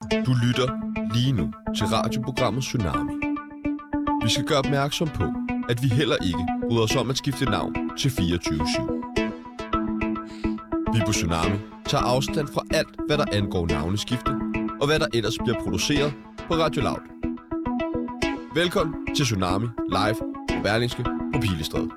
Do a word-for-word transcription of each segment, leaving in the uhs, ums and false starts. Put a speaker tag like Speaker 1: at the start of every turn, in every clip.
Speaker 1: Du lytter lige nu til radioprogrammet Tsunami. Vi skal gøre opmærksom på, at vi heller ikke bryder os om at skifte navn til fireogtyve syv. Vi på Tsunami tager afstand fra alt, hvad der angår navneskifte, og hvad der ellers bliver produceret på Radio Loud. Velkommen til Tsunami live på Berlingske på Pilestræde.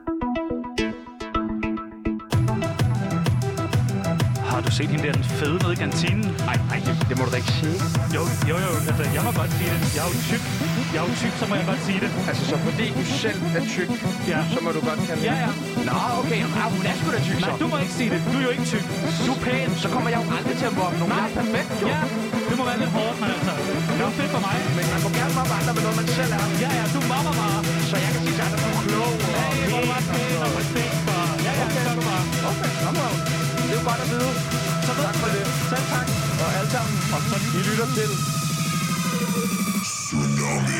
Speaker 2: Har du set hende der, den fede nede i kantinen? Nej, nej, det, det må du da ikke sige. Jo, jo, jo, altså, jeg må godt sige det. Jeg er jo tyk. Jeg er jo tyk, så må jeg godt sige det.
Speaker 3: Altså, så fordi du selv er tyk, ja. Så må du godt kalde det?
Speaker 2: Ja, ja.
Speaker 3: Nå, okay. Ah, hun er sgu da tyk, så.
Speaker 2: Nej, du må ikke sige det. Du er jo ikke tyk. Du er pæn.
Speaker 3: Så kommer jeg jo aldrig til at mobbe nogen. Jeg er perfekt, jo.
Speaker 2: Ja, det må være lidt hårdt, men altså. Det er jo fedt for mig.
Speaker 3: Men man må gerne mobbe andre med noget, man selv er.
Speaker 2: Ja, ja, du mobber bare.
Speaker 3: Så jeg kan sige til dig, at du er klog og
Speaker 2: hey, pæn. Hey, hvor er pæn og respekt for. Ja, ja, okay. Så er du bare.
Speaker 3: Okay, kom on. Det er jo godt at vide. Så tak for det. Selv tak. Og alle sammen. Og så I lytter til Tsunami.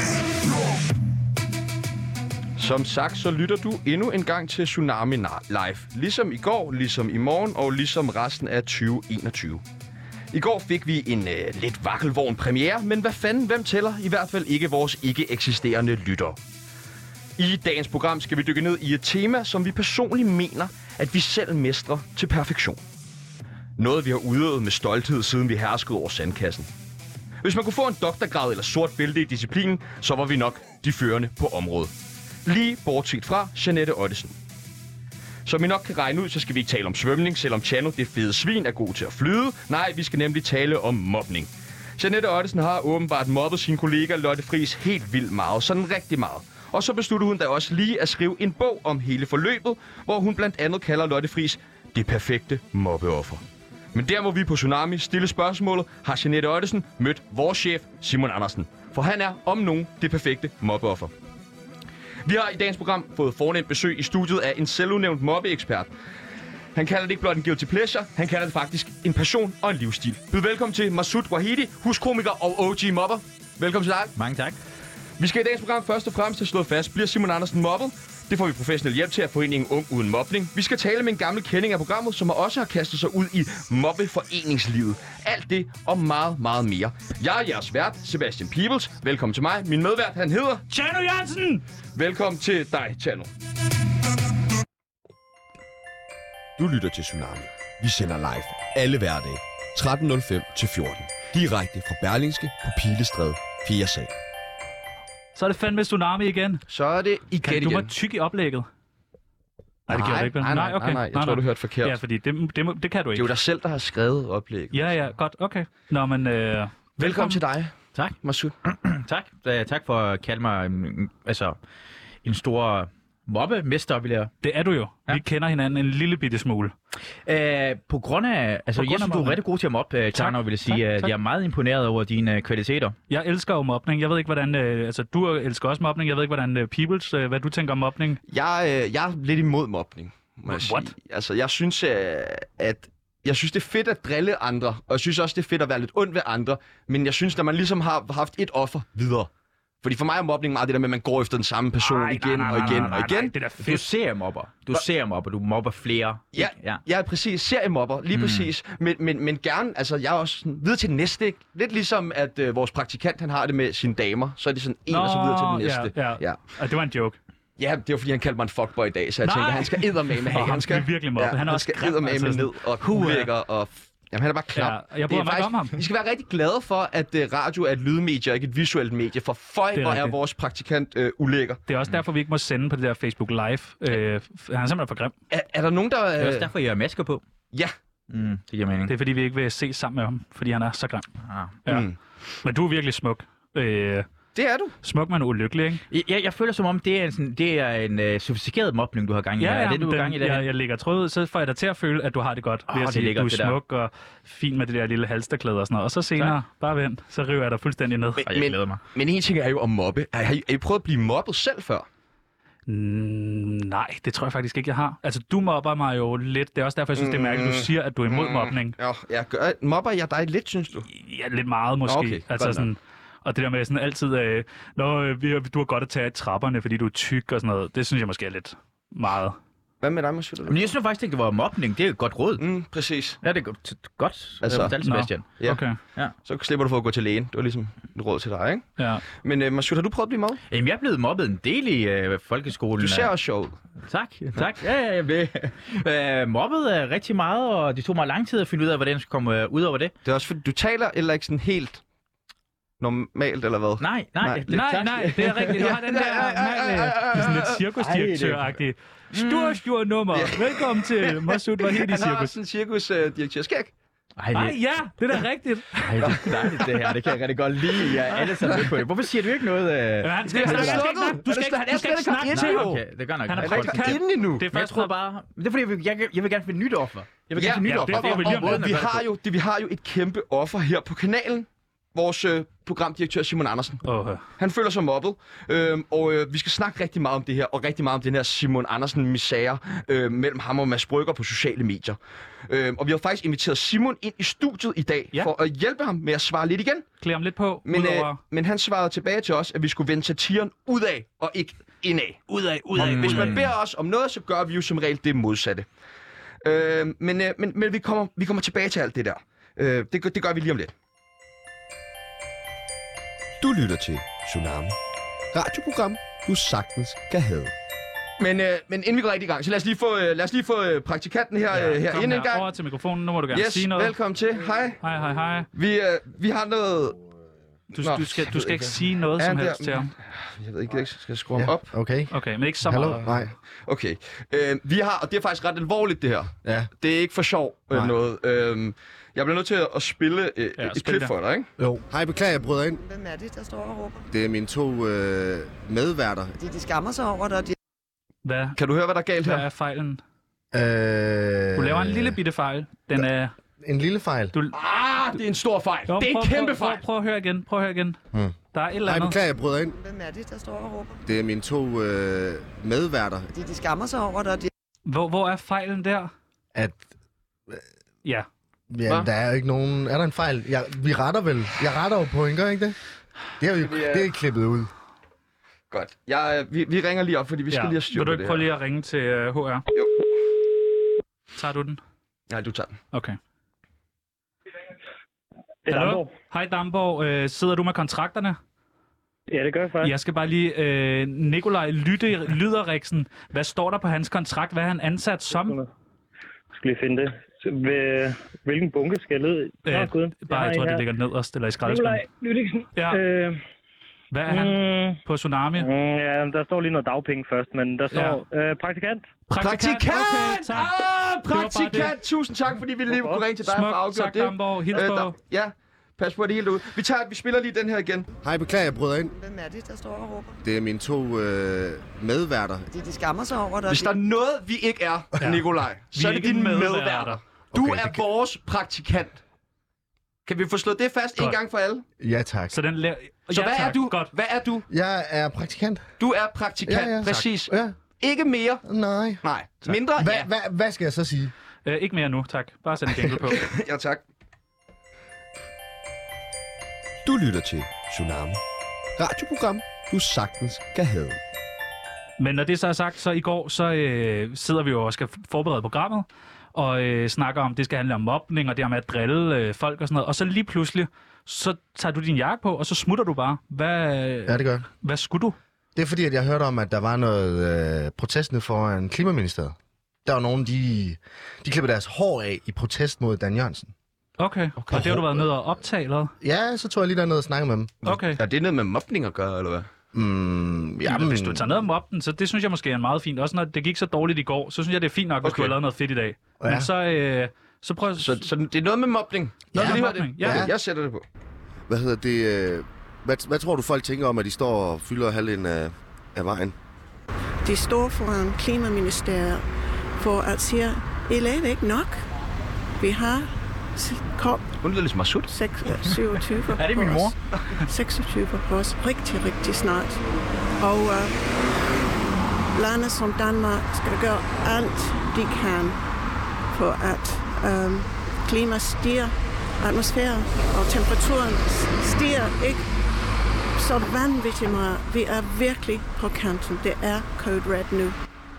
Speaker 3: Som sagt, så lytter du endnu en gang til Tsunami Live. Ligesom i går, ligesom i morgen og ligesom resten af tyve enogtyve. I går fik vi en øh, lidt vakkelvogn premiere, men hvad fanden, hvem tæller? I hvert fald ikke vores ikke-eksisterende lyttere. I dagens program skal vi dykke ned i et tema, som vi personligt mener, at vi selv mestrer til perfektion. Noget, vi har udøvet med stolthed, siden vi herskede over sandkassen. Hvis man kunne få en doktorgrad eller sort bælte i disciplinen, så var vi nok de førende på området. Lige bortset fra Jeanette Ottesen. Som I nok kan regne ud, så skal vi ikke tale om svømning, selvom Chano, det fede svin, er god til at flyde. Nej, vi skal nemlig tale om mobning. Jeanette Ottesen har åbenbart mobbet sin kollega Lotte Friis helt vildt meget, sådan rigtig meget. Og så besluttede hun da også lige at skrive en bog om hele forløbet, hvor hun blandt andet kalder Lotte Friis det perfekte mobbeoffer. Men der må vi på Tsunami stille spørgsmålet, har Jeanette Ottesen mødt vores chef Simon Andersen? For han er om nogen det perfekte mobbeoffer. Vi har i dagens program fået fornemt besøg i studiet af en selvudnævnt mobbeekspert. Han kalder det ikke blot en guilty pleasure, han kalder det faktisk en passion og en livsstil. Byd velkommen til Masoud Wahidi, huskomiker og O G mobber. Velkommen til dig.
Speaker 4: Mange tak.
Speaker 3: Vi skal i dagens program først og fremmest have slået fast, bliver Simon Andersen mobbet? Det får vi professionel hjælp til at foreningen Ung Uden Mobning. Vi skal tale med en gammel kending af programmet, som også har kastet sig ud i mobbeforeningslivet. Alt det og meget, meget mere. Jeg er jeres vært, Sebastian Peebles. Velkommen til mig. Min medvært, han hedder
Speaker 2: Chano Jørgensen.
Speaker 3: Velkommen til dig, Chano.
Speaker 1: Du lytter til Tsunami. Vi sender live alle hverdage tretten nul fem til fjorten. Direkte fra Berlingske på Pilestræde fjerde sal.
Speaker 2: Så er det fandme Tsunami igen.
Speaker 3: Så er det igen
Speaker 2: kan,
Speaker 3: igen.
Speaker 2: Du var tyk i oplægget. Nej, det gjorde du ikke, vel?
Speaker 3: Nej, nej,
Speaker 2: okay.
Speaker 3: nej, nej. Jeg
Speaker 2: nej,
Speaker 3: tror,
Speaker 2: nej.
Speaker 3: du hørte forkert.
Speaker 2: Ja, fordi det, det, det kan du ikke.
Speaker 3: Det er jo dig selv, der har skrevet oplægget.
Speaker 2: Ja, ja, godt, okay. Nå, men... Øh, velkommen.
Speaker 3: velkommen til dig.
Speaker 4: Tak.
Speaker 3: Masoud.
Speaker 4: tak. Uh, tak for at kalde mig um, altså, en stor mobbemester, vil jeg.
Speaker 2: Det er du jo.
Speaker 4: Ja.
Speaker 2: Vi kender hinanden en lille bitte smule.
Speaker 4: Uh, på grund af... Altså,
Speaker 2: på grund
Speaker 4: jeg synes, du er rigtig god til at mobbe, uh, Tjerno, vil jeg sige. Tak, tak. Jeg er meget imponeret over dine uh, kvaliteter.
Speaker 2: Jeg elsker jo mobning. Jeg ved ikke, hvordan... Øh, altså, du elsker også mobning. Jeg ved ikke, hvordan uh, Peoples... Øh, hvad du tænker om mobning?
Speaker 3: Jeg, øh, jeg er lidt imod mobning, må jeg sige.
Speaker 2: What?
Speaker 3: Altså, jeg synes, øh, at... Jeg synes, det er fedt at drille andre, og jeg synes også, det er fedt at være lidt ond ved andre. Men jeg synes, når man ligesom har haft et offer videre. Fordi for mig er mobning meget det der med, at man går efter den samme person
Speaker 2: Ej,
Speaker 3: igen
Speaker 2: nej, nej,
Speaker 3: og igen
Speaker 2: nej, nej,
Speaker 3: og igen.
Speaker 2: Nej, det er fedt.
Speaker 4: Du ser mobber. Du ser mobber. Du mobber flere.
Speaker 3: Ja, ja. ja præcis. Seriemobber, lige mm. præcis. Men, men, men gerne, altså jeg er også sådan, videre til den næste, ikke? Lidt ligesom, at øh, vores praktikant, han har det med sine damer. Så er det sådan en,
Speaker 2: Nå,
Speaker 3: og så videre til den næste.
Speaker 2: Ja, ja.
Speaker 3: ja.
Speaker 2: Og det var en joke.
Speaker 3: Ja, det var fordi, han kaldte mig en fuckboy i dag, så jeg
Speaker 2: Nej.
Speaker 3: tænkte, han skal eddermame have. Han skal
Speaker 2: virkelig mobbe.
Speaker 3: Ja,
Speaker 2: han er
Speaker 3: han
Speaker 2: også
Speaker 3: skal eddermame
Speaker 2: altså,
Speaker 3: ned og ulækker og... Jamen, han er bare knap.
Speaker 2: Ja, jeg bryder mig ikke om ham.
Speaker 3: Vi skal være rigtig glade for, at uh, radio er et lydmedie og ikke et visuelt medie. For føj, hvor er vores praktikant uh, ulækker.
Speaker 2: Det er også derfor, vi ikke må sende på det der Facebook Live. Uh, han er simpelthen for grim.
Speaker 3: Er, er der nogen, der... Uh...
Speaker 4: Det er også derfor, jeg har masker på.
Speaker 3: Ja.
Speaker 4: Mm, det giver mening.
Speaker 2: Det er fordi, vi ikke vil se sammen med ham, fordi han er så grim.
Speaker 4: Ah.
Speaker 2: Ja.
Speaker 3: Mm.
Speaker 2: Men du er virkelig smuk. Uh,
Speaker 3: Det er du.
Speaker 2: Smuk, men ulykkelig, ikke?
Speaker 4: Jeg, jeg føler som om, det er en, sådan, det er en uh, sofistikeret mobning, du har gang i.
Speaker 2: Ja, ja,
Speaker 4: er det, du
Speaker 2: den,
Speaker 4: har gang i det
Speaker 2: jeg, jeg lægger tråd, så får jeg dig til at føle, at du har det godt.
Speaker 4: Oh,
Speaker 2: ved at
Speaker 4: det
Speaker 2: sige,
Speaker 4: ligger
Speaker 2: du er
Speaker 4: det der.
Speaker 2: smuk og fin med det der lille halsterklæde og sådan noget. Og så senere, tak. Bare vent, så river jeg dig fuldstændig ned.
Speaker 4: Og jeg glæder mig.
Speaker 3: Men en ting er jo at mobbe. Har I, har I prøvet at blive mobbet selv før?
Speaker 2: Mm, nej, det tror jeg faktisk ikke, jeg har. Altså, du mobber mig jo lidt. Det er også derfor, jeg synes, mm, det er mærkeligt, du siger, at du er imod mm, mobning.
Speaker 3: Ja, jeg gør, mobber jeg dig lidt, synes du?
Speaker 2: Ja, lidt meget måske.
Speaker 3: Okay,
Speaker 2: altså sådan... Og det der med sådan altid, øh, Nå, øh, vi, du har godt at tage trapperne, fordi du er tyk og sådan noget, det synes jeg måske er lidt meget.
Speaker 3: Hvad med dig, Masud?
Speaker 4: Men jeg synes faktisk ikke, det var mobning. Det er et godt råd.
Speaker 3: Mm, præcis.
Speaker 4: Ja, det er godt. godt.
Speaker 3: Altså,
Speaker 4: Altså, Sebastian.
Speaker 3: Ja.
Speaker 2: Okay.
Speaker 4: Ja.
Speaker 3: Så slipper du for at gå til lægen. Det var ligesom et råd til dig, ikke?
Speaker 2: Ja.
Speaker 3: Men uh, Masud, har du prøvet at blive mobbet?
Speaker 4: Jamen, jeg er blevet mobbet en del i øh, folkeskolen.
Speaker 3: Du ser også sjov ud.
Speaker 4: Tak, tak. Ja, ja, jeg blev øh, mobbet øh, rigtig meget, og det tog mig lang tid at finde ud af, hvordan jeg skulle komme øh, ud over det.
Speaker 3: Det er også fordi, du taler eller ikke sådan helt normalt, eller hvad?
Speaker 4: Nej, nej.
Speaker 3: Nej,
Speaker 4: det,
Speaker 2: Nej,
Speaker 4: tak.
Speaker 2: nej, det er rigtigt. Du har den der mærkelige, det er sådan lidt cirkusdirektør-agtige. Stor, stor nummer. Velkommen til Masud Vahedi
Speaker 3: Han har
Speaker 2: cirkus.
Speaker 3: også en cirkusdirektør-skæg.
Speaker 4: Ej,
Speaker 2: Nej,
Speaker 4: det,
Speaker 2: ja, det er da rigtigt.
Speaker 4: ej, det er dejligt, det her. Det kan jeg rigtig godt lide. Jeg er alle sammen med på det. Hvorfor siger du ikke noget? Øh...
Speaker 2: Men han skal,
Speaker 3: Det er
Speaker 2: han skal,
Speaker 3: slukket.
Speaker 2: ikke, du skal,
Speaker 3: Han er
Speaker 2: ikke, du skal ikke
Speaker 3: slet ikke
Speaker 2: snakke
Speaker 3: kommet
Speaker 2: til
Speaker 3: ind.
Speaker 2: ham.
Speaker 4: Okay, det gør nok.
Speaker 2: Han er
Speaker 4: Jeg
Speaker 3: Han er
Speaker 2: praktikant.
Speaker 3: ikke inde endnu.
Speaker 2: Det er
Speaker 4: Men jeg
Speaker 2: først,
Speaker 4: tror
Speaker 2: når-
Speaker 4: bare... Det er fordi, jeg vil, jeg, jeg vil gerne finde nyt offer. Jeg vil
Speaker 3: Ja,
Speaker 4: gerne finde nyt
Speaker 2: ja,
Speaker 4: offer.
Speaker 2: det får vi lige om
Speaker 4: Og- og-
Speaker 2: lidt.
Speaker 3: Vi
Speaker 4: og-
Speaker 3: har jo, det, vi har jo et kæmpe offer her på kanalen. Vores øh, programdirektør Simon Andersen.
Speaker 2: Åh, ja.
Speaker 3: Han føler sig mobbet, øhm, og øh, vi skal snakke rigtig meget om det her, og rigtig meget om den her Simon Andersen-misære øh, mellem ham og Mads Brygger på sociale medier. Øhm, og vi har faktisk inviteret Simon ind i studiet i dag,
Speaker 2: Ja.
Speaker 3: for at hjælpe ham med at svare lidt igen.
Speaker 2: Klæd ham lidt på,
Speaker 3: Men,
Speaker 2: udover...
Speaker 3: øh, men han svarede tilbage til os, at vi skulle vende satiren udad og ikke indad.
Speaker 2: Udad, udad,
Speaker 3: Og hvis man
Speaker 2: udad.
Speaker 3: beder os om noget, så gør vi jo som regel det modsatte. Øh, men øh, men, men vi, kommer, vi kommer tilbage til alt det der. Øh, det, gør- det gør vi lige om lidt.
Speaker 1: Du lytter til Tsunami. Radioprogram, du sagtens kan have.
Speaker 3: Men, øh, men inden vi går rigtig i gang, så lad os lige få, øh, lad os lige få øh, praktikanten her, øh, her
Speaker 2: Kom
Speaker 3: ind en gang.
Speaker 2: over til mikrofonen, nu må du gerne
Speaker 3: Yes,
Speaker 2: sige noget.
Speaker 3: velkommen til. Hej.
Speaker 2: Hej, hej, hej.
Speaker 3: Vi, øh, vi har noget...
Speaker 2: Du,
Speaker 3: Nå,
Speaker 2: du, skal,
Speaker 3: jeg
Speaker 2: du
Speaker 3: ved
Speaker 2: skal ikke
Speaker 3: ikke,
Speaker 2: sige noget
Speaker 3: Er
Speaker 2: som
Speaker 3: han
Speaker 2: helst
Speaker 3: der?
Speaker 2: til ham.
Speaker 3: Jeg ved ikke, jeg skal jeg skrue ham op.
Speaker 5: Okay.
Speaker 2: Okay, men ikke så
Speaker 5: Hallo?
Speaker 2: meget.
Speaker 5: Nej.
Speaker 3: Okay. Øh, vi har, og det er faktisk ret alvorligt det her.
Speaker 5: Ja.
Speaker 3: Det er ikke for sjov øh,
Speaker 5: Nej.
Speaker 3: noget. Øh, jeg bliver nødt til at spille øh,
Speaker 2: Ja,
Speaker 3: et
Speaker 2: spil
Speaker 3: klip
Speaker 2: det.
Speaker 3: for dig, ikke?
Speaker 5: Jo. Hej, beklager, jeg bryder ind.
Speaker 6: Hvem er det, der står og råber?
Speaker 5: Det er mine to øh, medværter.
Speaker 6: De, de skammer sig over dig, og de
Speaker 2: Hvad,
Speaker 3: Kan du høre, hvad der er galt
Speaker 2: hvad
Speaker 3: her?
Speaker 2: er fejlen?
Speaker 5: Øh,
Speaker 2: Du laver en lille bitte fejl. Den er...
Speaker 5: En lille fejl.
Speaker 2: Du...
Speaker 3: Ah, det er en stor fejl.
Speaker 2: Jo,
Speaker 3: det er en
Speaker 2: prøv,
Speaker 3: kæmpe
Speaker 2: prøv,
Speaker 3: fejl.
Speaker 2: Prøv, prøv at høre igen. Prøv at høre igen.
Speaker 5: Hmm.
Speaker 2: Der er et eller
Speaker 5: Hej,
Speaker 2: andet.
Speaker 5: beklager, jeg bryder ind.
Speaker 6: Hvem er det, der står og råber?
Speaker 5: Det er mine to øh, medværter.
Speaker 6: De, de skammer sig over dig, og de
Speaker 2: Hvor, hvor er fejlen der?
Speaker 5: At,
Speaker 2: Ja.
Speaker 5: ja,
Speaker 3: Hva?
Speaker 5: der er jo ikke nogen... Er der en fejl? Jeg, vi retter vel. Jeg retter jo point, gør jeg ikke det? Det er jo
Speaker 3: Vi er-
Speaker 5: det er klippet ud.
Speaker 3: Godt. Jeg, øh, vi, vi ringer lige op, fordi vi skal
Speaker 2: ja.
Speaker 3: lige have styr
Speaker 2: Vil
Speaker 3: på
Speaker 2: du
Speaker 3: det
Speaker 2: ikke prøve
Speaker 3: her.
Speaker 2: lige at ringe til uh, H R?
Speaker 3: Jo.
Speaker 2: Tager du den?
Speaker 3: Nej, du tager den.
Speaker 2: Okay.
Speaker 7: Det er
Speaker 2: Hallo?
Speaker 7: Damborg.
Speaker 2: Hej Damborg. Øh, sidder du med kontrakterne?
Speaker 7: Ja, det gør jeg faktisk.
Speaker 2: Jeg skal bare lige... Øh, Nikolaj Lytte, Lyderiksen. Hvad står der på hans kontrakt? Hvad er han ansat som?
Speaker 7: Jeg skal lige finde det. Så, ved, hvilken bunke skal jeg lede?
Speaker 2: Øh,
Speaker 7: Nå, Gud.
Speaker 2: Bare, jeg
Speaker 7: har
Speaker 2: tror,
Speaker 7: en
Speaker 2: det
Speaker 7: her.
Speaker 2: ligger nederst eller i
Speaker 7: Nikolaj
Speaker 2: skraldespanden.
Speaker 7: Lydiksen.
Speaker 2: Ja.
Speaker 7: Øh,
Speaker 2: Hvad er han
Speaker 7: mm,
Speaker 2: på Tsunami?
Speaker 7: mm, ja, der står lige noget dagpenge først, men der står øh, praktikant.
Speaker 3: Praktikant!
Speaker 2: Okay, tak.
Speaker 3: Ah,
Speaker 2: Det var bare
Speaker 3: praktikant! Tusind tak, fordi vi lige
Speaker 7: Hvorfor?
Speaker 3: kunne ringe til dig for at
Speaker 2: Smuk,
Speaker 3: afgøre
Speaker 2: tak
Speaker 3: det.
Speaker 2: Damborg. Hils
Speaker 3: Øh,
Speaker 2: på.
Speaker 3: der- Ja, pas på det hele ud. Vi, tager, vi spiller lige den her igen.
Speaker 5: Hej, beklager, jeg bryder ind.
Speaker 6: Hvem er det, der står og råber?
Speaker 5: Det er mine to øh, medværter.
Speaker 6: De, de skammer sig over dig.
Speaker 3: Hvis
Speaker 6: de,
Speaker 3: der er noget, vi ikke er,
Speaker 2: Ja.
Speaker 3: Nikolaj, så
Speaker 2: er
Speaker 3: er det
Speaker 2: ikke
Speaker 3: dine
Speaker 2: medværter.
Speaker 3: medværter. Du
Speaker 5: Okay,
Speaker 3: er
Speaker 5: det kan-
Speaker 3: vores praktikant. Kan vi få slået det fast en
Speaker 2: Godt.
Speaker 3: gang for alle?
Speaker 5: Ja, tak.
Speaker 2: Så den la-
Speaker 3: Så
Speaker 2: ja,
Speaker 3: hvad
Speaker 2: tak.
Speaker 3: er du?
Speaker 2: Godt.
Speaker 3: Hvad er du?
Speaker 5: Jeg er praktikant.
Speaker 3: Du er praktikant,
Speaker 5: Ja, ja.
Speaker 3: præcis.
Speaker 5: Ja.
Speaker 3: Ikke mere.
Speaker 5: Nej.
Speaker 3: Nej. Mindre?
Speaker 5: Hva,
Speaker 3: Ja.
Speaker 5: hva, hvad skal jeg så sige?
Speaker 2: Øh, ikke mere nu, tak. Bare sæt en jingle på.
Speaker 3: Ja, tak.
Speaker 1: Du lytter til Tsunami. Radioprogram, du sagtens kan have.
Speaker 2: Men når det så er sagt, så i går, så øh, sidder vi jo og skal forberede programmet, og øh, snakker om, det skal handle om mobning, og det her med at drille øh, folk og sådan noget. Og så lige pludselig, så tager du din jakke på, og så smutter du bare. Hvad,
Speaker 5: Ja, det gør jeg.
Speaker 2: hvad skulle du?
Speaker 5: Det er fordi, at jeg hørte om, at der var noget øh, protest nu foran Klimaministeriet. Der var nogen, de, de klippede deres hår af i protest mod Dan Jørgensen.
Speaker 2: Okay, okay. Og det har du været nede og optage, eller?
Speaker 5: Ja, så tog jeg lige derned og snakkede med dem.
Speaker 2: Okay.
Speaker 3: Er det noget med mobning at gøre, eller hvad?
Speaker 5: Mm,
Speaker 2: Ja,
Speaker 5: jamen,
Speaker 2: hvis du tager ned og mobben, så det synes jeg måske er meget fint. Også når det gik så dårligt i går, så synes jeg, det er fint nok, hvis
Speaker 3: Okay.
Speaker 2: du har lavet noget fedt i dag.
Speaker 5: Ja.
Speaker 2: Men så, øh, så prøv at...
Speaker 3: Så, så det er noget med mobning?
Speaker 2: Noget
Speaker 3: Kan
Speaker 2: med
Speaker 3: vi høre
Speaker 2: mobning,
Speaker 3: det?
Speaker 2: ja.
Speaker 3: Okay, jeg sætter det på.
Speaker 5: Hvad hedder det? Øh, hvad, hvad tror du, folk tænker om, at de står og fylder halvdelen af, af vejen?
Speaker 8: De står foran Klimaministeriet for at sige, I laver ikke nok. Vi har s- kom
Speaker 3: Hun lyder ligesom Masud.
Speaker 8: seks- øh, syvogtyve
Speaker 4: Er det min
Speaker 8: på
Speaker 4: mor?
Speaker 8: os. seksogtyve på os. Rigtig, rigtig snart. Og uh, lande som Danmark skal gøre alt, de kan for at um, klima stiger, atmosfæren og temperaturen stiger ikke så vanvittigt meget. Vi er virkelig på kanten. Det er code red nu.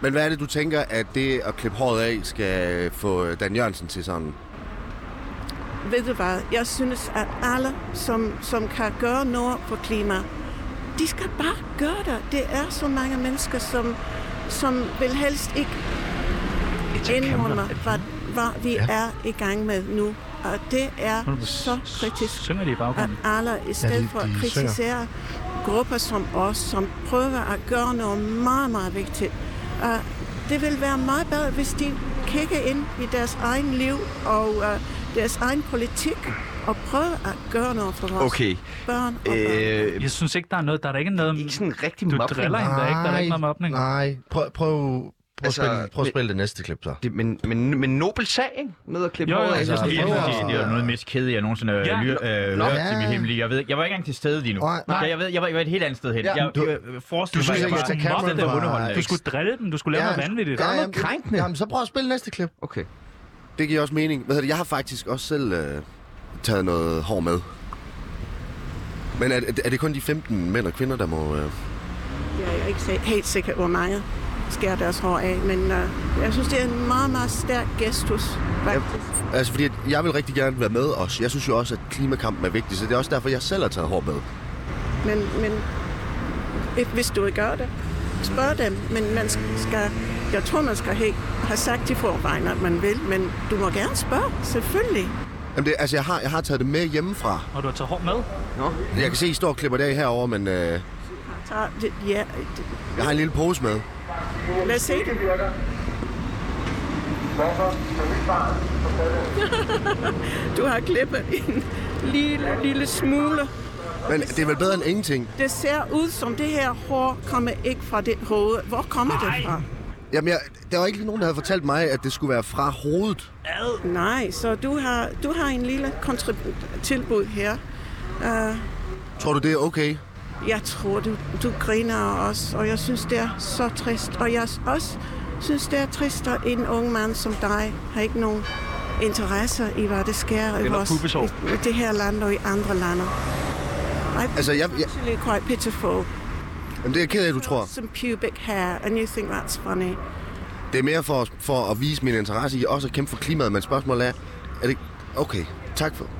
Speaker 9: Men hvad er det, du tænker, at det at klippe håret af skal få Dan Jørgensen til sådan?
Speaker 8: Ved du hvad? Jeg synes, at alle, som, som kan gøre noget for klima, de skal bare gøre det. Det er så mange mennesker, som, som vil helst ikke indrømme, hvad, hvad vi ja. er i gang med nu. Og det er så kritisk, at alle, i stedet ja, de, for at kritisere synger. grupper som os, som prøver at gøre noget meget, meget vigtigt. Uh, det vil være meget bedre, hvis de kigger ind i deres egen liv og uh, deres egen politik og prøver at gøre noget for vores
Speaker 3: okay.
Speaker 8: børn og
Speaker 3: øh,
Speaker 8: børn.
Speaker 2: Jeg synes ikke, der er noget, der er der ikke noget...
Speaker 3: Ikke sådan rigtig
Speaker 2: du
Speaker 3: mobning.
Speaker 2: driller hende, der er ikke, der er ikke noget mobning.
Speaker 5: Nej, prøv, prøv, prøv,
Speaker 3: altså,
Speaker 5: at spille, prøv at spille det næste klip så.
Speaker 3: Det, men, men, men nobel sag, ikke? Med at klippe håret af.
Speaker 4: Altså,
Speaker 3: Altså,
Speaker 4: det, det, det, det er noget mest kedeligt, jeg nogensinde har
Speaker 2: ja,
Speaker 4: hørt
Speaker 5: ja.
Speaker 4: til mit hemmelige. Jeg, ved, jeg var ikke engang til stede lige nu. Nej. Jeg, jeg, ved, jeg, var, jeg var et helt andet sted hen. Ja, jeg,
Speaker 5: du,
Speaker 4: jeg forestiller mig,
Speaker 5: at jeg bare
Speaker 4: mobbe det underholdende.
Speaker 2: Du skulle drille den, du skulle lave ja, noget vanvittigt.
Speaker 5: Ja,
Speaker 2: ja,
Speaker 5: jamen, krænkende. Jamen, så prøv at spille næste klip.
Speaker 3: Okay.
Speaker 9: Det giver også mening. Hvad hedder det? Jeg har faktisk også selv øh, taget noget hår med. Men er, er det kun de femten mænd og kvinder, der må... Øh...
Speaker 8: Jeg er ikke helt sikker, hvor mange skærer deres hår af, men øh, jeg synes, det er en meget, meget stærk gestus, faktisk.
Speaker 9: Ja, altså, fordi jeg vil rigtig gerne være med også. Jeg synes jo også, at klimakampen er vigtig, så det er også derfor, jeg selv har taget hår med.
Speaker 8: Men, men hvis du ikke gør det, spørg dem. Men man skal, jeg tror, man skal have, have sagt til forvejen, at man vil, men du må gerne spørge, selvfølgelig.
Speaker 9: Jamen det, altså, jeg har, jeg har taget det med hjemmefra.
Speaker 2: Og du har taget hår med?
Speaker 9: Nå. Jeg kan se, I står og klipper det af herovre, men... Øh...
Speaker 8: Det, ja, det...
Speaker 9: Jeg har en lille pose med.
Speaker 8: Lad os se det. Du har klippet en lille, lille smule.
Speaker 9: Men det er vel bedre end ingenting?
Speaker 8: Det ser ud som det her hår kommer ikke fra det hoved. Hvor kommer Nej. det fra?
Speaker 9: Jamen, jeg, der var ikke nogen, der havde fortalt mig, at det skulle være fra hovedet.
Speaker 8: Nej, så du har, du har en lille kontrib- tilbud her. Uh,
Speaker 9: tror du, det er okay?
Speaker 8: Jeg tror, du, du griner også, og jeg synes, det er så trist. Og jeg også synes, det er trist, at en ung mand som dig har ikke nogen interesser i, hvad det sker i, vores, i det her land og i andre lande. I
Speaker 9: altså, jeg... jeg...
Speaker 8: actually quite pitiful.
Speaker 9: Jamen, det er ked af, du tror.
Speaker 8: Some pubic hair, and you think that's funny.
Speaker 9: Det er mere for, for at vise min interesse i også at kæmpe for klimaet, men spørgsmålet er, er det... Okay, tak for...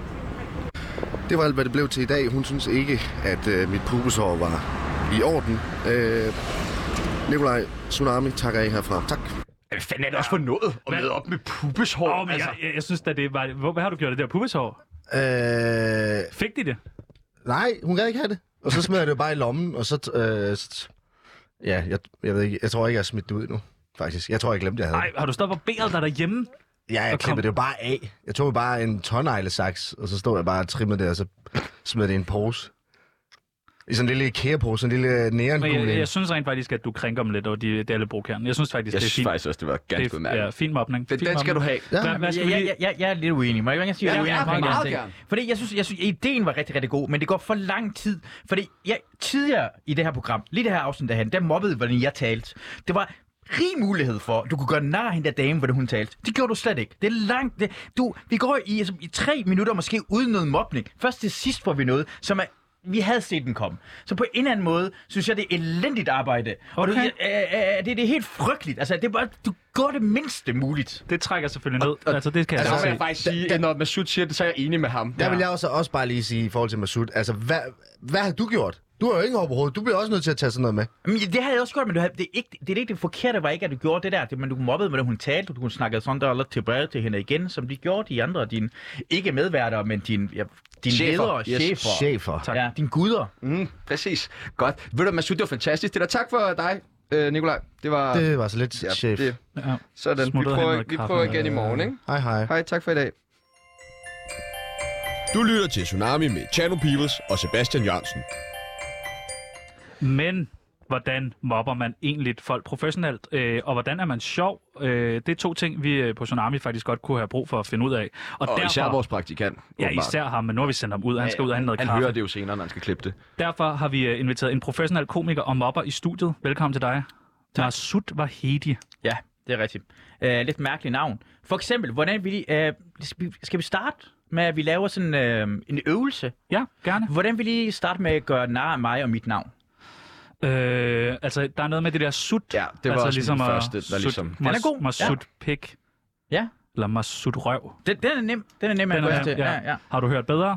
Speaker 9: Det var alt, hvad det blev til i dag. Hun synes ikke, at øh, mit pubeshår var i orden. Øh, Nikolaj Tsunami, takker af herfra. Tak.
Speaker 3: Hvad fanden er det også for noget at møde op med pubeshår?
Speaker 2: Oh, altså. jeg, jeg synes at det var... Hvor, hvad har du gjort det der pubeshår?
Speaker 5: Øh...
Speaker 2: Fik de det?
Speaker 5: Nej, hun kan ikke have det. Og så smider jeg det bare i lommen, og så... Øh, ja, jeg, jeg ved ikke. Jeg tror ikke, jeg har smidt det ud nu, faktisk. Jeg tror, jeg glemte, jeg havde.
Speaker 2: Nej, har du stået og barberet dig derhjemme?
Speaker 5: Ja, jeg klippede det jo bare af. Jeg tog bare en tårneglesaks, og så stod jeg bare og trimmede det, og så smed det i en pose. I sådan en lille IKEA-pose, sådan en lille neonkugle.
Speaker 2: Jeg, jeg synes rent faktisk, at du krænker dem lidt over de Dallebro-kernen. Jeg synes faktisk,
Speaker 3: jeg
Speaker 2: det er
Speaker 3: synes
Speaker 2: fint.
Speaker 3: faktisk også, det var ganske udmærket.
Speaker 2: Ja, fin mobning.
Speaker 3: Den, den skal du have.
Speaker 2: Ja. Hvad, hvad skal
Speaker 4: ja,
Speaker 2: vi...
Speaker 4: ja, ja, jeg er lidt uenig. Må jeg ikke sige,
Speaker 3: ja,
Speaker 4: jeg er
Speaker 3: meget, meget
Speaker 4: ting.
Speaker 3: gerne.
Speaker 4: Fordi jeg synes, jeg synes, ideen var rigtig, rigtig god, men det går for lang tid. Fordi jeg, tidligere i det her program, lige det her afsnit derhen, der mobbede, hvordan jeg talte. Det var rig mulighed for, at du kunne gøre nar af hende der dame, hvordan hun talte. Det gjorde du slet ikke. Det er langt. Det, du, vi går i, altså, i tre minutter måske uden noget mobning. Først til sidst får vi noget, som er vi havde set den komme. Så på en eller anden måde, synes jeg, det er elendigt arbejde. Og
Speaker 2: okay.
Speaker 4: du, øh, øh, det, det er helt frygteligt. Altså, det er bare, du gør det mindste muligt.
Speaker 2: Det trækker selvfølgelig ned. Og, altså, det kan
Speaker 3: altså,
Speaker 2: jeg
Speaker 3: vil jeg faktisk sige, at når Masud siger det, så er jeg enig med ham.
Speaker 5: Der
Speaker 3: ja.
Speaker 5: vil jeg også, også bare lige sige i forhold til Masud. Altså, hvad, hvad har du gjort? Du har jo ikke hår på hovedet. Du bliver også nødt til at tage sådan noget med.
Speaker 4: Men det har jeg også gjort, men du havde, det, er ikke, det er ikke det forkerte, var ikke, at du gjorde det der. Det, men du mobbede med det, hun talte. Du kunne snakke sådan der lidt tilbage til hende igen, som de gjorde de andre. Dine, ikke medværter, men dine ja, din ledere,
Speaker 3: yes.
Speaker 4: chefer.
Speaker 5: Chefer.
Speaker 4: Ja, dine guder.
Speaker 3: Mm, præcis. Godt. Ved du, Masud, det var fantastisk. Det der tak for dig, øh, Nikolaj. Det var...
Speaker 5: Det var så lidt
Speaker 3: ja,
Speaker 5: chef.
Speaker 3: Det.
Speaker 2: Ja.
Speaker 3: Sådan. Vi prøver, vi prøver igen i morgen, ikke?
Speaker 5: Hej, hej.
Speaker 3: Hej, tak for i dag.
Speaker 1: Du lytter til Tsunami med Chano Peoples og Sebastian Jørgensen.
Speaker 2: Men hvordan mobber man egentlig folk professionelt, øh, og hvordan er man sjov? Øh, det er to ting, vi på Tsunami faktisk godt kunne have brug for at finde ud af.
Speaker 3: Og, og derfor, især vores praktikant.
Speaker 2: Ja, åbenbart. Især ham, men nu har vi sendt ham ud, og han ja, skal ud og have noget
Speaker 3: han
Speaker 2: kaffe.
Speaker 3: Han hører det jo senere, når han skal klippe det.
Speaker 2: Derfor har vi inviteret en professionel komiker og mobber i studiet. Velkommen til dig. Masud Vahedi.
Speaker 4: Ja, det er rigtigt. Uh, lidt mærkeligt navn. For eksempel, hvordan vil I, uh, skal vi starte med, at vi laver sådan uh, en øvelse?
Speaker 2: Ja, gerne.
Speaker 4: Hvordan vil I starte med at gøre nar af mig og mit navn?
Speaker 2: Øh, altså, der er noget med det der sut.
Speaker 3: Ja, det var
Speaker 2: altså,
Speaker 3: også
Speaker 2: ligesom
Speaker 3: den
Speaker 2: at
Speaker 3: første, der
Speaker 2: sut-
Speaker 3: ligesom...
Speaker 4: Den er god.
Speaker 2: Masud pik.
Speaker 4: Ja.
Speaker 2: Eller masud røv.
Speaker 4: Den, den er nem. Den er nem at
Speaker 2: Den
Speaker 4: gå
Speaker 2: er-
Speaker 4: til.
Speaker 2: ja.
Speaker 4: Ja, ja.
Speaker 2: Har du hørt bedre?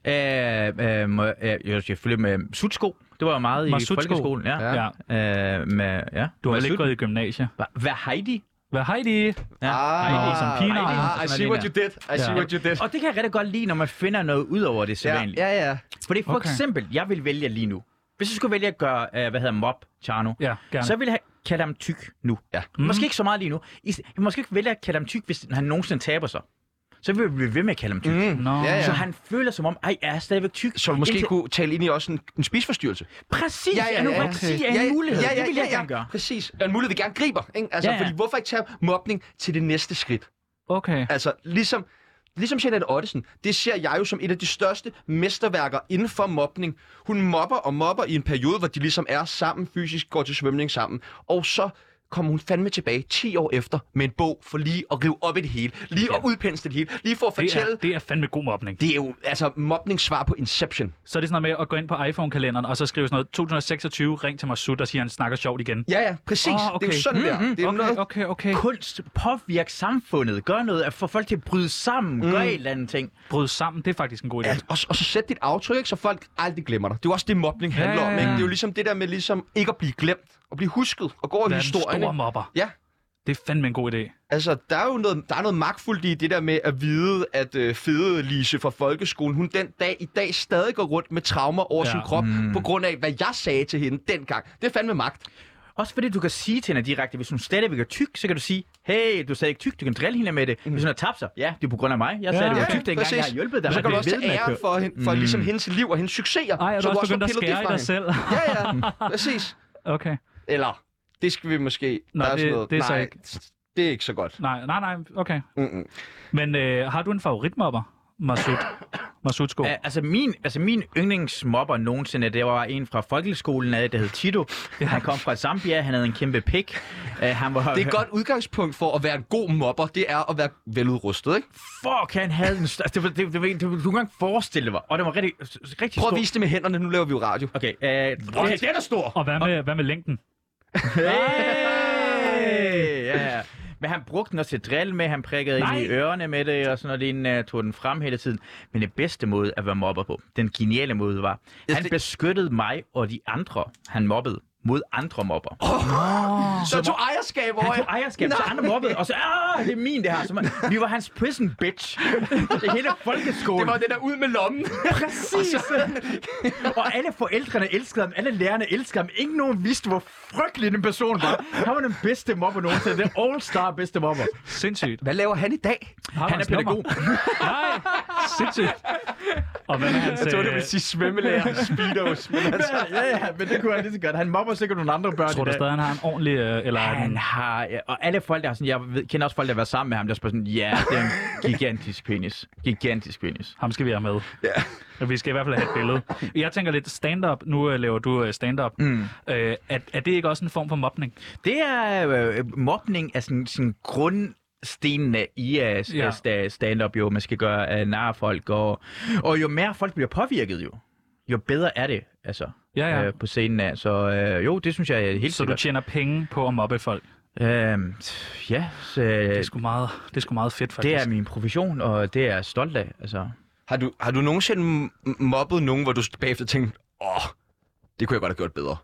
Speaker 4: Øh, øh, må, øh, jeg selvfølgelig med sutsko. Det var meget i
Speaker 2: Masutsko.
Speaker 4: folkeskolen. Ja.
Speaker 3: Ja.
Speaker 2: Ja.
Speaker 4: Øh, med, ja.
Speaker 2: Du har vel ikke
Speaker 4: Masud.
Speaker 2: gået i gymnasie?
Speaker 4: Hva- Hvad Heidi?
Speaker 2: Hvad Heidi?
Speaker 4: Ja.
Speaker 3: Ah,
Speaker 2: Nå, som pigen.
Speaker 3: ah, I see what you did. I see
Speaker 2: Ja.
Speaker 3: what you did.
Speaker 4: Og det kan jeg rigtig godt lide, når man finder noget ud over det
Speaker 3: Ja,
Speaker 4: sædvanlige.
Speaker 3: ja, ja.
Speaker 4: Fordi for
Speaker 2: Okay.
Speaker 4: eksempel, jeg vil vælge lige nu. Hvis jeg skulle vælge at gøre, uh, hvad hedder mob, Charno,
Speaker 2: Ja, gerne.
Speaker 4: så ville jeg kalde ham tyk nu.
Speaker 3: Ja.
Speaker 4: Mm. Måske ikke så meget lige nu. I, jeg måske ikke vælge at kalde ham tyk, hvis han nogensinde taber sig. Så vil jeg blive ved med at kalde ham tyk. Mm.
Speaker 2: Nå.
Speaker 3: Ja, ja.
Speaker 4: Så han føler som om, ej, jeg er stadigvæk tyk.
Speaker 3: Så du måske
Speaker 4: Indtil-
Speaker 3: kunne tale ind i også en, en spisforstyrrelse.
Speaker 4: Præcis, ja, ja, ja, ja. sige, er en mulighed.
Speaker 3: Ja, ja,
Speaker 4: det vil
Speaker 3: ja,
Speaker 4: jeg
Speaker 3: ja,
Speaker 4: gerne gøre.
Speaker 3: Præcis. Og en mulighed, vi gerne griber. Ikke? Altså,
Speaker 4: Ja, ja.
Speaker 3: Fordi hvorfor ikke tage mobning til det næste skridt?
Speaker 2: Okay.
Speaker 3: Altså, ligesom, ligesom Jeanette Ottesen, det ser jeg jo som et af de største mesterværker inden for mobning. Hun mobber og mobber i en periode, hvor de ligesom er sammen fysisk, går til svømning sammen. Og så kommer hun fandme tilbage ti år efter med en bog for lige at rive op i det hele. Lige at udpensle det hele. Lige for at
Speaker 2: Det
Speaker 3: fortælle...
Speaker 2: er, det er fandme god mobning.
Speaker 3: Det er jo altså mobningssvar på Inception.
Speaker 2: Så er det sådan noget med at gå ind på iPhone-kalenderen, og så skrive sådan noget to tusind seksogtyve, ring til Masud og sige, at han snakker sjovt igen.
Speaker 3: Ja, ja, præcis.
Speaker 2: Åh, okay.
Speaker 3: Det er jo sådan der. Det er
Speaker 2: Okay,
Speaker 3: noget...
Speaker 2: okay, okay.
Speaker 4: Kunst påvirker samfundet. Gør noget at få folk til at bryde sammen. Mm. Gør et eller andet ting.
Speaker 2: Bryde sammen, det er faktisk en god idé.
Speaker 3: Ja, og, og så sæt dit aftryk, ikke, så folk aldrig glemmer dig. Det er jo også det, mobning handler
Speaker 2: Ja, ja,
Speaker 3: om.
Speaker 2: ja.
Speaker 3: Ikke? Det er jo ligesom det der med ligesom ikke at blive glemt. Og blive husket og gå over i
Speaker 2: Hvad er den
Speaker 3: historien.
Speaker 2: store
Speaker 3: Ikke?
Speaker 2: mobber?
Speaker 3: Ja,
Speaker 2: Det er fandme en god idé.
Speaker 3: altså der er jo noget, der er noget magtfuldt i det der med at vide, at øh, fede Lise fra folkeskolen, hun den dag i dag stadig går rundt med traumer over
Speaker 2: Ja.
Speaker 3: ja. sin krop, mm. på grund af, hvad jeg sagde til hende dengang. Det er fandme magt.
Speaker 4: Også fordi du kan sige til hende direkte, hvis hun stadigvæk er tyk, så kan du sige, hey, du er stadig tyk, du kan drille hende med det. Hvis hun har tabt sig, ja, det er på grund af mig. Jeg sagde,
Speaker 2: Ja,
Speaker 4: du var
Speaker 3: ja,
Speaker 4: tyk dengang,
Speaker 3: præcis.
Speaker 4: jeg har hjulpet dig.
Speaker 3: Men så
Speaker 4: og
Speaker 3: kan du
Speaker 4: det
Speaker 3: også
Speaker 4: ved
Speaker 3: tage
Speaker 4: med at
Speaker 3: æren
Speaker 4: køre.
Speaker 3: for, hende, for mm. ligesom hendes liv og hendes succeser.
Speaker 2: Ej, er du
Speaker 3: så
Speaker 2: også
Speaker 3: har
Speaker 2: begyndt at
Speaker 3: pillet det
Speaker 2: skære i
Speaker 3: fra
Speaker 2: dig
Speaker 3: hende.
Speaker 2: selv?
Speaker 3: Ja, ja, præcis.
Speaker 2: Okay.
Speaker 3: Eller, det skal vi måske...
Speaker 2: Nå,
Speaker 3: der er
Speaker 2: det-
Speaker 3: sådan noget.
Speaker 2: det er så
Speaker 3: Nej,
Speaker 2: ikke-
Speaker 3: det er ikke så godt.
Speaker 2: Nej, nej, nej, okay.
Speaker 3: Mm-mm.
Speaker 2: Men øh, har du en favoritmobber, Masud? Masudsko?
Speaker 4: Uh, altså, min, altså min yndlingsmobber nogensinde, det var en fra folkeskolen, af, der hed Tito. Ja. Han kom fra Zambia, han havde en kæmpe pik. Uh, han var,
Speaker 3: Det er et godt udgangspunkt for at være en god mobber, det er at være veludrustet, ikke?
Speaker 4: Fuck, han havde en større... Det, var- det, det, det, det, du kan ikke engang forestille dig, og det var rigtig, rigtig
Speaker 3: Prøv
Speaker 4: stor.
Speaker 3: at vise det med hænderne, nu laver vi jo radio.
Speaker 4: Okay, uh,
Speaker 3: Okay, den er stor!
Speaker 2: Og hvad med, hvad med længden?
Speaker 4: Hey! Ja, ja. Men han brugte den også til drill med, han prikkede ind
Speaker 2: Nej.
Speaker 4: i ørerne med det, og sådan noget lignende, tog den frem hele tiden. Men det bedste måde at være mobber på, den geniale måde var, han
Speaker 3: det-
Speaker 4: beskyttede mig og de andre, han mobbede, mod andre mobber.
Speaker 3: Så tog ejerskab over.
Speaker 4: Han tog ejerskab, så andre mobbede, og så, ah, det er min det her. Så man, vi var hans prison bitch. Det hele folkeskolen.
Speaker 3: Det var det der ud med lommen.
Speaker 4: Præcis. Og alle forældrene elskede ham, alle lærerne elskede ham. Ingen nogen vidste, hvor frygtelig den person var. Han var den bedste mobber nogensinde. Den all-star bedste mobber.
Speaker 2: Sindssygt.
Speaker 3: Hvad laver han i dag?
Speaker 2: Har du
Speaker 4: Han er
Speaker 2: hans nummer?
Speaker 4: pædagog.
Speaker 2: Nej, sindssygt. Og hvad med hans...
Speaker 3: Jeg troede, det
Speaker 2: øh,
Speaker 3: ville sige svømmelærer. Speedos. Men altså,
Speaker 4: Ja, ja, men det kunne han lige så godt. Han mobber sikkert nogle andre børn
Speaker 2: Tror
Speaker 4: i
Speaker 2: du
Speaker 4: dag.
Speaker 2: stadig, han har en ordentlig... Øh, eller er
Speaker 4: Han
Speaker 2: den...
Speaker 4: har, ja, og alle folk, der har sådan, jeg ved, kender også folk, der har været sammen med ham, der spørger sådan, ja, det er en gigantisk penis. Gigantisk penis.
Speaker 2: Ham skal vi have med.
Speaker 3: Ja.
Speaker 2: Og vi skal i hvert fald have et billede. Jeg tænker lidt stand-up. Nu øh, laver du øh, stand-up. Mm. Øh, er, er det ikke også en form for mobning?
Speaker 4: Det er øh, mobning af sådan, sådan grundstenene i uh,
Speaker 2: Ja.
Speaker 4: ja. stand-up, jo, man skal gøre uh, narre folk, og, og jo mere folk bliver påvirket, jo, jo bedre er det, altså,
Speaker 2: Ja, ja.
Speaker 4: øh, på scenen af. Så øh, jo, det synes jeg er helt
Speaker 2: Så du
Speaker 4: sikkert.
Speaker 2: tjener penge på at mobbe folk?
Speaker 4: Øhm, ja, så,
Speaker 2: Det er sgu meget, det er sgu meget fedt, faktisk.
Speaker 4: det er min profession, og det er jeg stolt af, altså.
Speaker 3: har, du, har du nogensinde m- mobbet nogen, hvor du bagefter tænkte, åh, det kunne jeg godt have gjort bedre?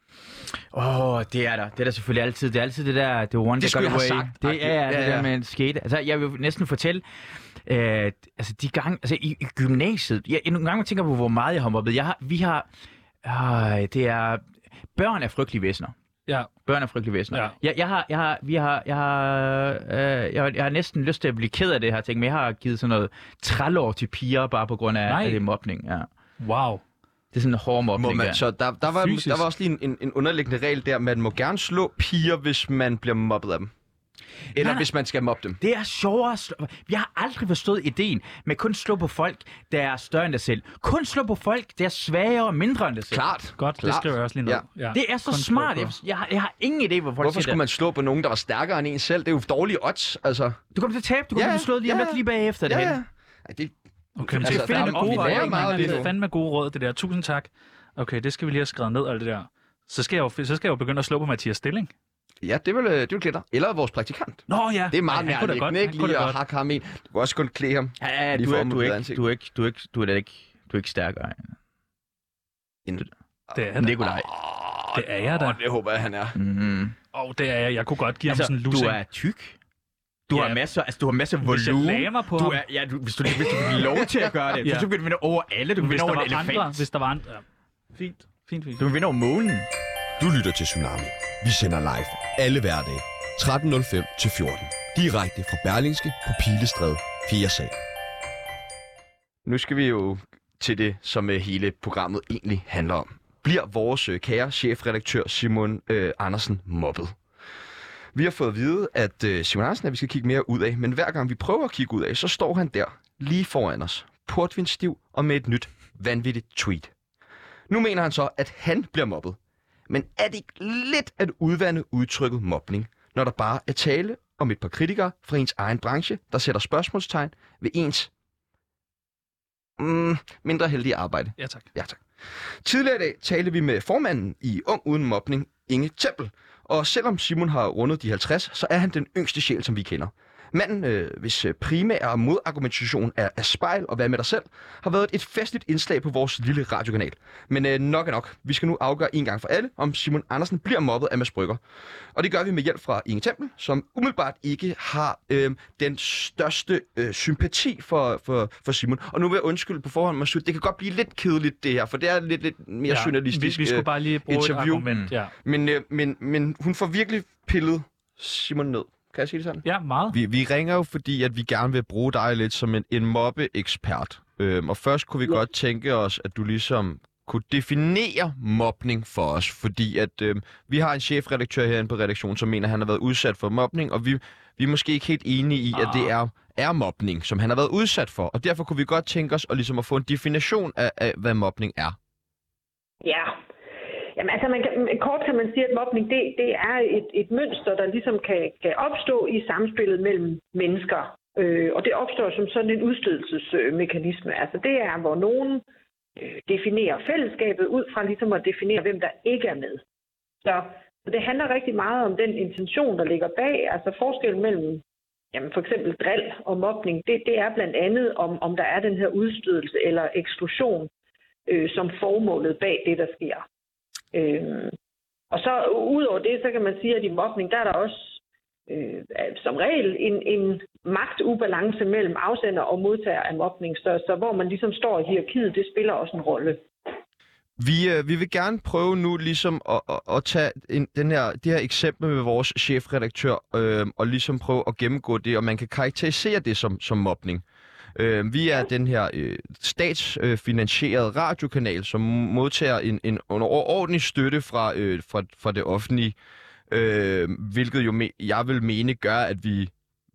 Speaker 4: Åh, oh, det er der. Det er der selvfølgelig altid. Det er altid det der, the one
Speaker 3: Det
Speaker 4: that
Speaker 3: skulle
Speaker 4: got
Speaker 3: jeg have
Speaker 4: away.
Speaker 3: sagt.
Speaker 4: Det er
Speaker 3: Ja,
Speaker 4: det
Speaker 3: ja.
Speaker 4: der med en skate. Altså, jeg vil næsten fortælle, øh, altså de gange, altså i, i gymnasiet, jeg, nogle gange tænker på, hvor meget jeg har mobbet. Jeg har, vi har, øh, det er, børn er frygtelige væsener.
Speaker 2: Ja.
Speaker 4: Børn er frygtelige væsener.
Speaker 2: Ja.
Speaker 4: Jeg, jeg, har, jeg, har, vi har, jeg, har, øh, jeg, har, jeg har næsten lyst til at blive ked af det her ting, men jeg har givet sådan noget trælår til piger, bare på grund af,
Speaker 2: Nej.
Speaker 4: af det mobning. Ja.
Speaker 2: Wow.
Speaker 4: Det er sådan en hård
Speaker 3: Må
Speaker 4: mobning.
Speaker 3: man,
Speaker 4: ja.
Speaker 3: så der, der, var,
Speaker 2: Fysisk.
Speaker 3: der var også lige en, en, en underliggende regel der, man må gerne slå piger, hvis man bliver mobbet af dem. Eller
Speaker 4: Nej, nej.
Speaker 3: hvis man skal mobbe dem.
Speaker 4: Det er sjovere at slå. Jeg har aldrig forstået ideen med kun slå på folk, der er større end dig selv. Kun slå på folk, der er svagere og mindre end dig selv.
Speaker 3: Klart.
Speaker 2: Godt, det
Speaker 3: Klart.
Speaker 2: skriver jeg også lige ned.
Speaker 3: Ja.
Speaker 4: Det er så
Speaker 2: Kun slå
Speaker 4: smart.
Speaker 2: på.
Speaker 4: Jeg, jeg, har, jeg har ingen idé, hvor folk
Speaker 3: Hvorfor
Speaker 4: siger
Speaker 3: skulle
Speaker 4: det.
Speaker 3: man slå på nogen, der var stærkere end en selv? Det er jo dårlige odds, altså.
Speaker 4: Du kommer til at tabe. Du kommer
Speaker 3: Ja,
Speaker 4: til at slå lige om
Speaker 3: ja,
Speaker 4: lidt lige bagefter det
Speaker 3: Ja,
Speaker 4: hele.
Speaker 3: ja. Ej, det,
Speaker 2: Okay, men
Speaker 3: Altså,
Speaker 2: det
Speaker 3: der
Speaker 2: er
Speaker 3: er
Speaker 2: fandme
Speaker 3: jo-
Speaker 2: gode
Speaker 3: vi
Speaker 2: råd.
Speaker 3: lærer
Speaker 2: ikke,
Speaker 3: meget
Speaker 2: mand?
Speaker 3: lige
Speaker 2: Det er
Speaker 3: nu.
Speaker 2: fandme gode råd, det der. Tusind tak. Okay, det skal vi lige have skrevet ned, alt det der. Så skal, jeg jo, så skal jeg jo begynde at slå på Mathias Stilling.
Speaker 3: Ja, det vil, det vil klæde dig. Eller vores praktikant.
Speaker 2: Nå ja.
Speaker 3: Det er meget
Speaker 2: Ej, han kunne da godt-
Speaker 3: nærliggende, ikke?
Speaker 2: han kunne
Speaker 3: Lige
Speaker 2: da
Speaker 3: at
Speaker 2: godt.
Speaker 3: hakke ham ind. Du kan også kun klæde ham.
Speaker 4: Ja, ja,
Speaker 3: Lige
Speaker 4: du,
Speaker 3: for
Speaker 4: er,
Speaker 3: at
Speaker 4: du,
Speaker 3: modbede
Speaker 4: er ikke,
Speaker 3: ansigt.
Speaker 4: du, er ikke, du, er ikke, du er da ikke, du er ikke stærkere.
Speaker 3: En-
Speaker 2: Det er jeg da.
Speaker 4: Nikolaj.
Speaker 2: Det er jeg da.
Speaker 3: Åh, det håber jeg, han er.
Speaker 4: Mm-hmm.
Speaker 2: Åh, det er jeg. Jeg kunne godt give
Speaker 4: Altså,
Speaker 2: ham sådan en
Speaker 4: du
Speaker 2: lussing.
Speaker 4: er tyk. Du
Speaker 2: Ja.
Speaker 4: har masser, altså, du har masser af
Speaker 2: Hvis jeg
Speaker 4: volumen.
Speaker 2: lagde mig på
Speaker 4: Du
Speaker 2: ham.
Speaker 4: er, ja, du, hvis, du, hvis du fik lov til at gøre det.
Speaker 2: Ja.
Speaker 4: Hvis du kan vinde over alle, du kan
Speaker 2: Hvis
Speaker 4: vinde
Speaker 2: der
Speaker 4: over en
Speaker 2: var
Speaker 4: elefant.
Speaker 2: andre, hvis der var andre. Ja. Fint, fint, fint.
Speaker 4: Du kan vinde over målen.
Speaker 1: Du lytter til Tsunami. Vi sender live alle hverdage tretten nul fem til fjorten. Direkte fra Berlingske på Pilestræde fjerde sal.
Speaker 3: Nu skal vi jo til det, som øh, hele programmet egentlig handler om. Bliver vores øh, kære chefredaktør Simon øh, Andersen mobbet? Vi har fået at vide, at øh, Simon Andersen, at vi skal kigge mere ud af, men hver gang vi prøver at kigge ud af, så står han der, lige foran os, portvindstiv og med et nyt, vanvittigt tweet. Nu mener han så, at han bliver mobbet. Men er det ikke lidt at udvande udtrykket mobning, når der bare er tale om et par kritikere fra ens egen branche, der sætter spørgsmålstegn ved ens mm, mindre heldige arbejde?
Speaker 2: Ja, tak.
Speaker 3: Ja, tak. Tidligere i dag talte vi med formanden i Ung Uden Mobning, Inge Tempel. Og selvom Simon har rundet de halvtreds, så er han den yngste sjæl, som vi kender. Manden, øh, hvis øh, primære modargumentation er, er spejl og hvad med dig selv, har været et festligt indslag på vores lille radiokanal. Men øh, nok er nok. Vi skal nu afgøre en gang for alle, om Simon Andersen bliver mobbet af Mads Brügger. Og det gør vi med hjælp fra Inge Tempel, som umiddelbart ikke har øh, den største øh, sympati for, for, for Simon. Og nu vil jeg undskylde på forhånd, Masud, det kan godt blive lidt kedeligt det her, for det er lidt, lidt mere
Speaker 2: Ja,
Speaker 3: journalistisk
Speaker 2: vi, vi skulle
Speaker 3: øh,
Speaker 2: bare lige bruge
Speaker 3: interview.
Speaker 2: et argument. Ja,
Speaker 3: Men, øh, men, men hun får virkelig pillet Simon ned. Kan jeg sige det sådan?
Speaker 2: ja meget.
Speaker 1: Vi, vi ringer jo, fordi at vi gerne vil bruge dig lidt som en, en mobbeekspert. Øhm, og først kunne vi ja. godt tænke os, at du ligesom kunne definere mobning for os. Fordi at øhm, vi har en chefredaktør herinde på redaktionen, som mener, at han har været udsat for mobning. Og vi, vi er måske ikke helt enige i, ah. at det er, er mobning, som han har været udsat for. Og derfor kunne vi godt tænke os at, ligesom at få en definition af, af hvad mobning er.
Speaker 10: Ja. Jamen altså, man kan, kort kan man sige, at mobning det, det er et, et mønster, der ligesom kan, kan opstå i samspillet mellem mennesker. Øh, og det opstår som sådan en udstødelsesmekanisme. Altså det er, hvor nogen øh, definerer fællesskabet ud fra ligesom at definere, hvem der ikke er med. Så, så det handler rigtig meget om den intention, der ligger bag. Altså forskellen mellem jamen, for eksempel drill og mobning, det, det er blandt andet, om, om der er den her udstødelse eller eksklusion øh, som formålet bag det, der sker. Øhm, og så udover det, så kan man sige, at i mobning, der er der også øh, som regel en, en magtubalance mellem afsender og modtager af mobning. Så, så hvor man ligesom står i hierarkiet, det spiller også en rolle.
Speaker 1: Vi, øh, vi vil gerne prøve nu ligesom at, at, at tage en, den her, det her eksempel med vores chefredaktør øh, og ligesom prøve at gennemgå det, og man kan karakterisere det som, som mobning. Øh, vi er den her øh, statsfinansierede øh, radiokanal, som modtager en, en overordentlig støtte fra, øh, fra, fra det offentlige, øh, hvilket jo me- jeg vil mene gør, at vi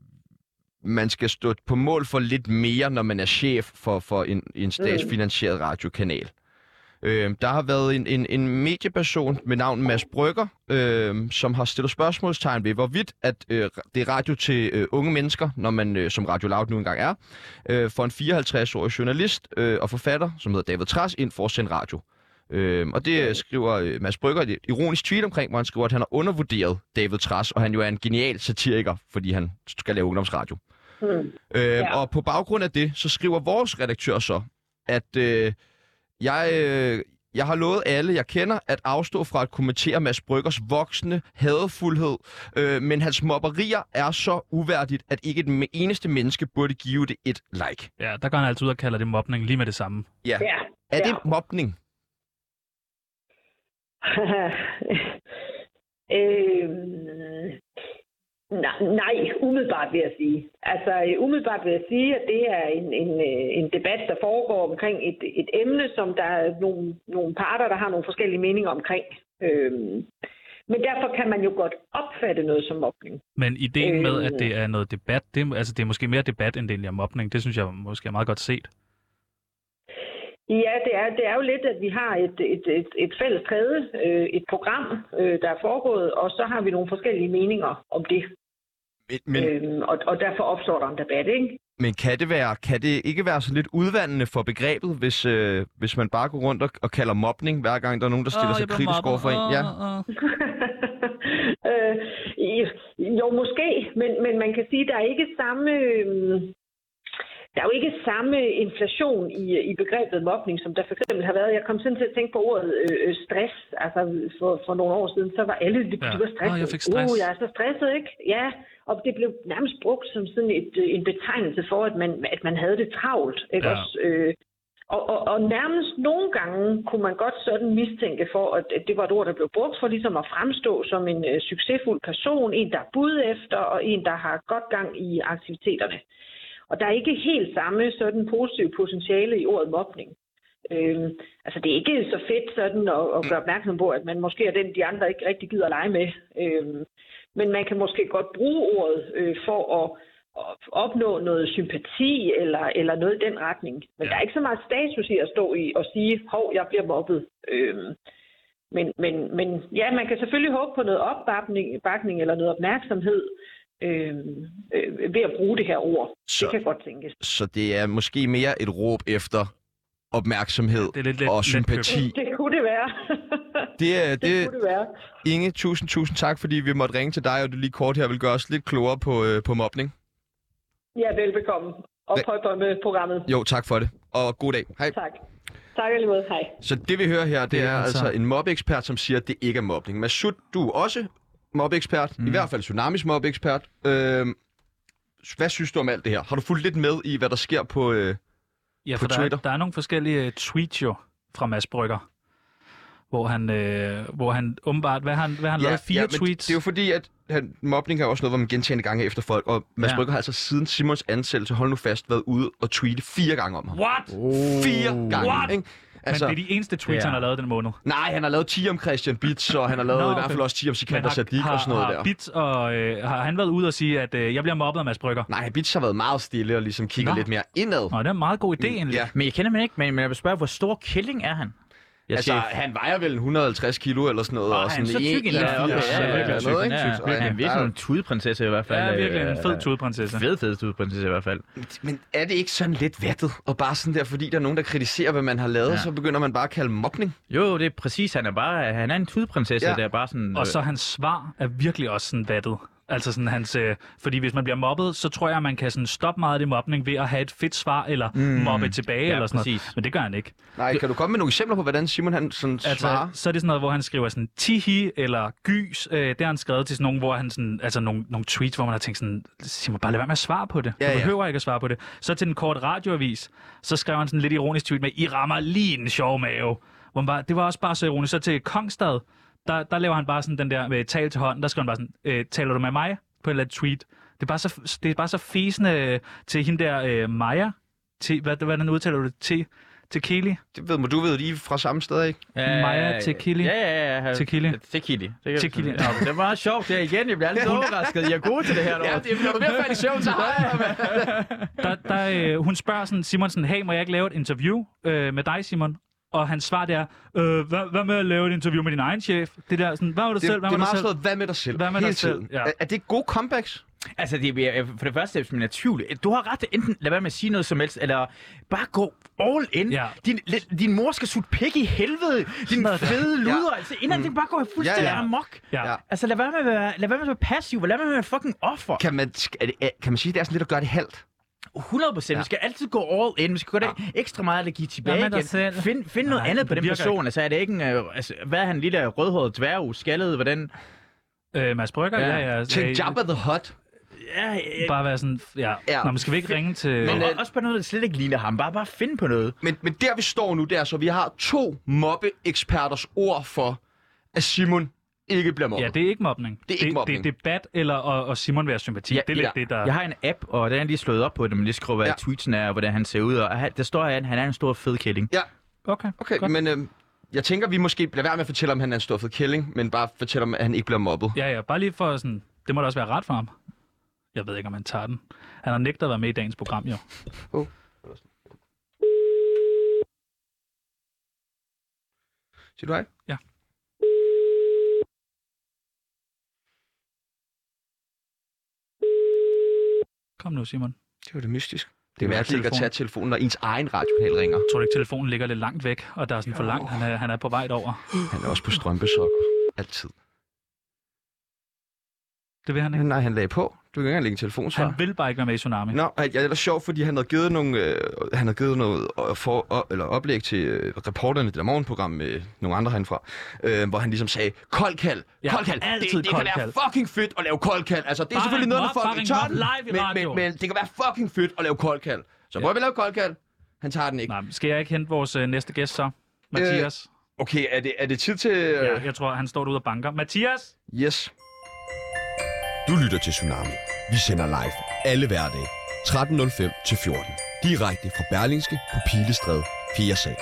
Speaker 1: man skal stå på mål for lidt mere, når man er chef for, for en, en statsfinansieret radiokanal. Øh, der har været en, en, en medieperson med navn Mads Brügger, øh, som har stillet spørgsmålstegn ved, hvorvidt at øh, det er radio til øh, unge mennesker, når man øh, som Radio Loud nu engang er, øh, for en fireoghalvtreds-årig journalist øh, og forfatter, som hedder David Trads, ind for at sende radio. Øh, og det øh, skriver øh, Mads Brügger et ironisk tweet omkring, hvor han skriver, at han har undervurderet David Trads, og han jo er en genial satiriker, fordi han skal lave ungdomsradio. Mm. Øh, ja. Og på baggrund af det, så skriver vores redaktør så, at øh, jeg, øh, jeg har lovet alle, jeg kender, at afstå fra at kommentere Mads Brüggers voksende hadefuldhed, øh, men hans mobberier er så uværdigt, at ikke et eneste menneske burde give det et like.
Speaker 2: Ja, der går han altid ud og kalder det mobning lige med det samme.
Speaker 3: Ja.
Speaker 10: Ja.
Speaker 3: Er det
Speaker 10: Ja.
Speaker 3: mobning?
Speaker 10: øhm, nej, nej, umiddelbart vil jeg sige. Altså umiddelbart vil jeg sige, at det er en, en, en debat, der foregår omkring et, et emne, som der er nogle, nogle parter, der har nogle forskellige meninger omkring. Øhm, men derfor kan man jo godt opfatte noget som mobning.
Speaker 2: Men ideen med,
Speaker 10: Øh.
Speaker 2: at det er noget debat, det, er- altså det er måske mere debat, end det egentlig er mobning, det synes jeg måske er meget godt set.
Speaker 10: Ja, det er, det er jo lidt, at vi har et, et, et, et fælles træde, øh, et program, øh, der er foregået, og så har vi nogle forskellige meninger om det.
Speaker 3: Men, men,
Speaker 10: øhm, og, og derfor opstår der en debat, ikke?
Speaker 3: men kan det være, kan det ikke være så lidt udvandende for begrebet, hvis, øh, hvis man bare går rundt og, og kalder mobning, hver gang der er nogen, der stiller
Speaker 2: Åh,
Speaker 3: sig
Speaker 2: jeg blev
Speaker 3: kritisk over for en?
Speaker 2: mobbet.
Speaker 3: Ja.
Speaker 2: Åh, åh.
Speaker 10: øh, jo, måske, men, men man kan sige, at der er ikke samme... Øh, Der er jo ikke samme inflation i, i begrebet mobning, som der for eksempel har været. Jeg kom sådan til at tænke på ordet øh, stress. Altså for, for nogle år siden, så var alle de,
Speaker 2: Ja.
Speaker 10: de var stresset.
Speaker 2: Åh, jeg fik stress.
Speaker 10: Uh, jeg er så stresset, ikke? Ja, og det blev nærmest brugt som sådan et, en betegnelse for, at man, at man havde det travlt. Ikke
Speaker 2: Ja.
Speaker 10: også? Øh, og, og, og nærmest nogle gange kunne man godt sådan mistænke for, at det var et ord, der blev brugt for ligesom at fremstå som en øh, succesfuld person, en, der er bud efter, og en, der har godt gang i aktiviteterne. Og der er ikke helt samme sådan positiv potentiale i ordet mobning. Øhm, altså det er ikke så fedt sådan at, at gøre opmærksom på, at man måske er den, de andre ikke rigtig gider at lege med. Øhm, men man kan måske godt bruge ordet øh, for at, at opnå noget sympati eller, eller noget i den retning. Men ja. Der er ikke så meget status i at stå i og sige, hov, jeg bliver mobbet. Øhm, men, men, men ja, man kan selvfølgelig håbe på noget opbakning bakning eller noget opmærksomhed. Øh, øh, ved at bruge det her ord.
Speaker 3: Så,
Speaker 10: det kan godt tænkes.
Speaker 3: Så det er måske mere et råb efter opmærksomhed
Speaker 2: Det er lidt let-
Speaker 3: og sympati.
Speaker 10: Det kunne det være.
Speaker 3: Det, er,
Speaker 10: det,
Speaker 3: det
Speaker 10: kunne det være.
Speaker 3: Inge, tusind, tusind tak, fordi vi måtte ringe til dig, og du lige kort her vil gøre os lidt klogere på, øh, på mobning.
Speaker 10: Ja, velbekomme. Og
Speaker 3: Hva-
Speaker 10: prøv med programmet.
Speaker 3: Jo, tak for det. Og god dag. Hej.
Speaker 10: Tak. Tak alligevel. Hej.
Speaker 3: Så det vi hører her, det,
Speaker 2: Det er
Speaker 3: er altså
Speaker 2: altså
Speaker 3: en mobbeekspert, som siger, at det ikke er mobning. Masud, du er også mobbeekspert, mm. i hvert fald Tsunamis mobbeekspert. Øh, hvad synes du om alt det her? Har du fulgt lidt med i, hvad der sker på, øh,
Speaker 2: Ja,
Speaker 3: på
Speaker 2: for der,
Speaker 3: Twitter?
Speaker 2: er, der er nogle forskellige tweets jo fra Mads Brygger, hvor han, øh, hvor han åbenbart, hvad har han, hvad har han lavet? Fire
Speaker 3: men
Speaker 2: tweets?
Speaker 3: det er jo fordi, at han, mobning er også noget, hvor man gentagende gange efter folk, og Mads
Speaker 2: Ja.
Speaker 3: Brygger har altså siden Simons ansættelse, hold nu fast, været ude og tweete fire gange om ham.
Speaker 2: What?
Speaker 3: Fire gange,
Speaker 2: What?
Speaker 3: ikke?
Speaker 2: Altså, men det er de eneste tweets,
Speaker 4: Ja.
Speaker 2: han har lavet den måned.
Speaker 3: Nej, han har lavet ti om Christian Bitz, og han har lavet
Speaker 2: Nå,
Speaker 3: i hvert
Speaker 2: okay.
Speaker 3: fald også ti om Sikander
Speaker 2: har,
Speaker 3: Sadiq
Speaker 2: har,
Speaker 3: og sådan noget
Speaker 2: har
Speaker 3: der.
Speaker 2: Bitz og, øh, har han været ude og sige, at øh, jeg bliver mobbet af Mads Brygger?
Speaker 3: Nej, Bitz har været meget stille og ligesom kigger
Speaker 2: Nå.
Speaker 3: lidt mere indad.
Speaker 2: Nå, det er en meget god idé egentlig.
Speaker 3: Ja.
Speaker 4: Men jeg kender ham ikke, men men jeg vil spørge, hvor stor kælling er han? Jeg
Speaker 3: Altså, han vejer vel et hundrede og halvtreds kilo eller sådan noget.
Speaker 4: Åh,
Speaker 3: og
Speaker 4: han
Speaker 3: sådan
Speaker 4: er så tyk endda.
Speaker 3: enogfirs,
Speaker 4: Okay, ja, ja,
Speaker 3: eller
Speaker 4: ja,
Speaker 3: noget, ikke?
Speaker 4: ja,
Speaker 3: Så,
Speaker 4: ja,
Speaker 3: ja,
Speaker 4: han er virkelig
Speaker 3: der-
Speaker 4: en tudeprinsesse i hvert fald.
Speaker 2: Ja, virkelig en
Speaker 4: Øh,
Speaker 2: fed tudeprinsesse.
Speaker 4: Fed, fed tudeprinsesse i hvert fald.
Speaker 3: Men er det ikke sådan lidt vattet? Og bare sådan der, fordi der er nogen, der kritiserer, hvad man har lavet,
Speaker 4: Ja.
Speaker 3: så begynder man bare at kalde mobning?
Speaker 4: Jo, det er præcis. Han er bare han er en tudeprinsesse,
Speaker 3: Ja.
Speaker 4: ja. der er bare sådan...
Speaker 2: Og så hans svar er virkelig også sådan vattet. Altså sådan hans, øh, fordi hvis man bliver mobbet, så tror jeg, at man kan sådan stoppe meget af det mobning ved at have et fedt svar, eller mm. mobbe tilbage,
Speaker 4: Ja,
Speaker 2: eller sådan noget.
Speaker 4: præcis.
Speaker 2: Men det gør han ikke.
Speaker 3: Nej, kan du komme med nogle eksempler på, hvordan Simon han sådan
Speaker 2: Altså,
Speaker 3: svarer?
Speaker 2: så er det sådan noget, hvor han skriver sådan tihi eller gys. Øh, det har han skrevet til sådan nogen, hvor han sådan, altså nogle, nogle tweets, hvor man har tænkt sådan, Simon, bare lad være med at svare på det. Du
Speaker 3: Ja, ja.
Speaker 2: behøver ikke at svare på det. Så til den korte radioavis, så skrev han sådan en lidt ironisk tweet med, I rammer lige en sjov mave. Hvor man bare, det var også bare så ironisk. Så til Kongstad, der, der laver han bare sådan den der med tal til hånden, der skriver han bare sådan, øh, taler du med mig? På et eller andet tweet. Det er bare så, det er bare så fæsende til hende der øh, Maja. Til, hvad, hvordan udtaler du det? Til, til Kili?
Speaker 3: Det ved man, du ved, de er fra samme sted, ikke?
Speaker 2: Maja Tequili.
Speaker 4: Ja, ja, ja.
Speaker 2: Tequili.
Speaker 4: Tequili. Det, kan-
Speaker 2: Tequili.
Speaker 4: Nå, det er meget sjovt det er igen. Jeg bliver altid overrasket. Jeg er god til det her.
Speaker 3: Ja, det er, når du bliver færdig i søvn, så hej.
Speaker 2: Der, der, øh, hun spørger sådan, Simon sådan, hey, må jeg ikke lave et interview øh, med dig, Simon? Og hans svar det er, øh, hvad, hvad med at lave et interview med din egen chef? Det der sådan, hvad med dig
Speaker 3: Det,
Speaker 2: selv?
Speaker 3: det
Speaker 2: Hvad
Speaker 3: er
Speaker 2: med dig
Speaker 3: meget
Speaker 2: selv?
Speaker 3: sådan noget, hvad med dig selv?
Speaker 2: Hvad med
Speaker 3: Hele
Speaker 2: dig selv?
Speaker 3: tiden.
Speaker 2: Ja.
Speaker 3: Er, er det gode comebacks?
Speaker 4: Altså, det er, for det første, hvis man er i tvivl, du har ret til enten lade være med at sige noget som helst, eller bare gå all in.
Speaker 2: Ja.
Speaker 4: Din, din mor skal sutte pik i helvede, din fede luder.
Speaker 3: Ja.
Speaker 4: Altså, inden mm. det bare går fuldstændig
Speaker 3: Ja, ja.
Speaker 4: amok.
Speaker 2: Ja.
Speaker 3: Ja.
Speaker 4: Altså, lad være med at være, lad være med at være passiv, lad være med at være fucking offer.
Speaker 3: Kan man, er det, er, kan man sige, at det er sådan lidt at gøre det halvt?
Speaker 4: hundrede procent.
Speaker 3: Ja.
Speaker 4: Vi skal altid gå all in. Vi skal gå ja. ekstra meget at give tilbage
Speaker 2: Hvad med dig
Speaker 4: igen.
Speaker 2: selv?
Speaker 4: Find, find noget
Speaker 2: Nej,
Speaker 4: andet på
Speaker 2: det
Speaker 4: den
Speaker 2: virker
Speaker 4: person.
Speaker 2: ikke.
Speaker 4: Altså, er det ikke en, øh, altså, hvad er han, en lille rødhåret dværg, skaldet, hvordan...
Speaker 2: Øh, Mads Brygger,
Speaker 4: Ja.
Speaker 2: ja, ja.
Speaker 3: Til
Speaker 2: ja,
Speaker 3: Jabba the Hutt.
Speaker 4: Ja, ja,
Speaker 2: Bare være sådan, ja.
Speaker 3: Ja.
Speaker 2: ja. Nå, men skal vi ikke ringe til...
Speaker 4: men,
Speaker 3: Men,
Speaker 4: og,
Speaker 3: øh,
Speaker 4: også bare noget, der slet ikke ligner ham. Bare, bare finde på noget.
Speaker 3: Men, men der vi står nu, det er så, vi har to mobbeeksperters ord for, at Simon ikke bliver mobbet.
Speaker 2: Ja, det er ikke mobning.
Speaker 3: Det er ikke mobning.
Speaker 2: Det er debat, eller og, og Simon være sympati.
Speaker 3: Ja,
Speaker 2: det er lidt
Speaker 3: ja.
Speaker 2: det, der...
Speaker 4: Jeg har en app, og den er lige slået op på det, men lige skriver, hvad
Speaker 3: Ja.
Speaker 4: ja. tweetsen er, og hvordan han ser ud. Og han- der står, at han er en stor fed kælling.
Speaker 3: Ja,
Speaker 2: Okay,
Speaker 3: okay,
Speaker 2: godt.
Speaker 3: men øh, jeg tænker, vi måske lader være med at fortælle, om han er en stoffet kælling, men bare fortælle om, at han ikke bliver mobbet.
Speaker 2: Ja, ja, bare lige for sådan... Det må da også være ret for ham. Jeg ved ikke, om han tager den. Han har nægtet at være med i dagens program, jo.
Speaker 3: Oh. Siger du hej?
Speaker 2: Ja. Kom nu, Simon.
Speaker 3: Det var det mystisk. Det er
Speaker 2: Det var
Speaker 3: mærkeligt ikke at
Speaker 2: telefon.
Speaker 3: tage telefonen, når ens egen radiokanal ringer.
Speaker 2: Tror du ikke, telefonen ligger lidt langt væk, og der er sådan for langt, han er, han er på vej over?
Speaker 3: Han er også på strømpesokker. Altid.
Speaker 2: Det vil han ikke.
Speaker 3: Nej, han lagde på. Du kan ikke engang lægge en telefonsvar.
Speaker 2: Han vil bare ikke være med i Tsunami.
Speaker 3: Nå, jeg er ellers sjov, fordi han havde givet, nogle, øh, han havde givet noget øh, for, øh, eller oplæg til øh, reporterne i det der morgenprogram med nogle andre herfra, øh, hvor han ligesom sagde, koldkald,
Speaker 2: Ja,
Speaker 3: koldkald,
Speaker 2: altid
Speaker 3: det, det kan
Speaker 2: koldkald.
Speaker 3: være fucking fedt at lave koldkald. Altså, det er
Speaker 2: Bare
Speaker 3: selvfølgelig
Speaker 2: ring
Speaker 3: noget,
Speaker 2: mig
Speaker 3: når
Speaker 2: op,
Speaker 3: folk
Speaker 2: bare
Speaker 3: ikke
Speaker 2: ring
Speaker 3: tør
Speaker 2: mig op
Speaker 3: den,
Speaker 2: live i
Speaker 3: men,
Speaker 2: radio.
Speaker 3: men, men det kan være fucking fedt at lave koldkald. Så prøver vi at lave koldkald. Han tager den ikke.
Speaker 2: Nej, skal jeg ikke hente vores øh, næste gæst så? Mathias?
Speaker 3: Øh, okay, er det, er det tid til... Øh...
Speaker 2: Ja, jeg tror, han står derude og banker. Mathias?
Speaker 3: Yes.
Speaker 1: Du lytter til Tsunami. Vi sender live alle hverdage tretten nul fem til fjorten. Direkte fra Berlingske på Pilestræde fjerde sal.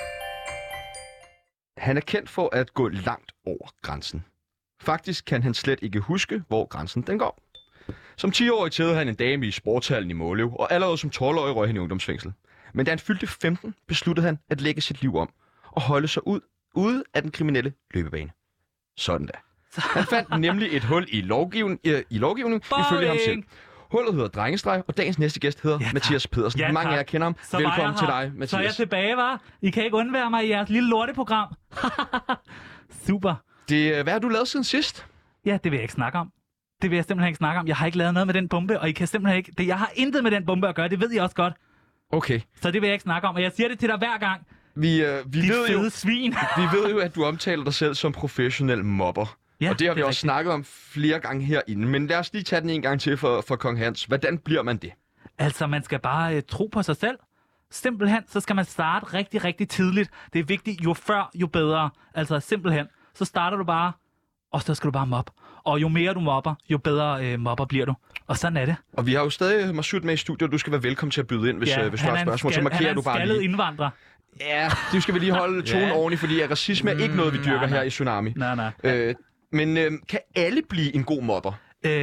Speaker 3: Han er kendt for at gå langt over grænsen. Faktisk kan han slet ikke huske, hvor grænsen den går. Som ti-årig tævede han en dame i sportshallen i Måløv, og allerede som tolv-årig røg han i ungdomsfængsel. Men da han fyldte femten, besluttede han at lægge sit liv om og holde sig ud ude af den kriminelle løbebane. Sådan da. Han fandt nemlig et hul i, lovgiven, øh, i lovgivningen, ifølge ham selv. Hullet hedder Drengestreg, og dagens næste gæst hedder ja, Mathias Pedersen.
Speaker 2: Ja,
Speaker 3: mange af jer kender ham.
Speaker 2: Så
Speaker 3: Velkommen til
Speaker 2: her.
Speaker 3: dig, Mathias.
Speaker 2: Så er jeg tilbage, var. I kan ikke undvære mig i jeres lille lorteprogram. Super.
Speaker 3: Det, hvad har du lavet siden sidst?
Speaker 2: Ja, det vil jeg ikke snakke om. Det vil jeg simpelthen ikke snakke om. Jeg har ikke lavet noget med den bombe, og I kan simpelthen ikke... Det, jeg har intet med den bombe at gøre, det ved I også godt.
Speaker 3: Okay.
Speaker 2: Så det vil jeg ikke snakke om, og jeg siger det til dig hver gang.
Speaker 3: Vi, øh, vi,
Speaker 2: Dit
Speaker 3: ved
Speaker 2: fede
Speaker 3: jo,
Speaker 2: svin.
Speaker 3: vi ved jo, at du omtaler dig selv som professionel mobber.
Speaker 2: Ja,
Speaker 3: og det har vi
Speaker 2: det er
Speaker 3: også
Speaker 2: rigtigt.
Speaker 3: snakket om flere gange herinde. Men lad os lige tage den en gang til for, for Kong Hans. Hvordan bliver man det?
Speaker 2: Altså, man skal bare øh, tro på sig selv. Simpelthen, så skal man starte rigtig, rigtig tidligt. Det er vigtigt, jo før, jo bedre. Altså, simpelthen. Så starter du bare, og så skal du bare mobbe. Og jo mere du mobber, jo bedre øh, mobber bliver du. Og sådan er det.
Speaker 3: Og vi har jo stadig Masud med i studiet, og du skal være velkommen til at byde ind, hvis,
Speaker 2: Ja,
Speaker 3: øh, hvis du har
Speaker 2: han
Speaker 3: et
Speaker 2: er en
Speaker 3: spørgsmål. Så
Speaker 2: skal-
Speaker 3: markerer
Speaker 2: han
Speaker 3: du
Speaker 2: er en
Speaker 3: bare
Speaker 2: skaldet
Speaker 3: lige.
Speaker 2: indvandrer.
Speaker 3: Ja, det skal vi lige holde tonen
Speaker 2: Ja.
Speaker 3: ordentligt, fordi racisme er ikke noget, vi dyrker
Speaker 2: nej, nej.
Speaker 3: her i Tsunami.
Speaker 2: Nej, nej.
Speaker 3: Øh, men øh, kan alle blive en god mobber?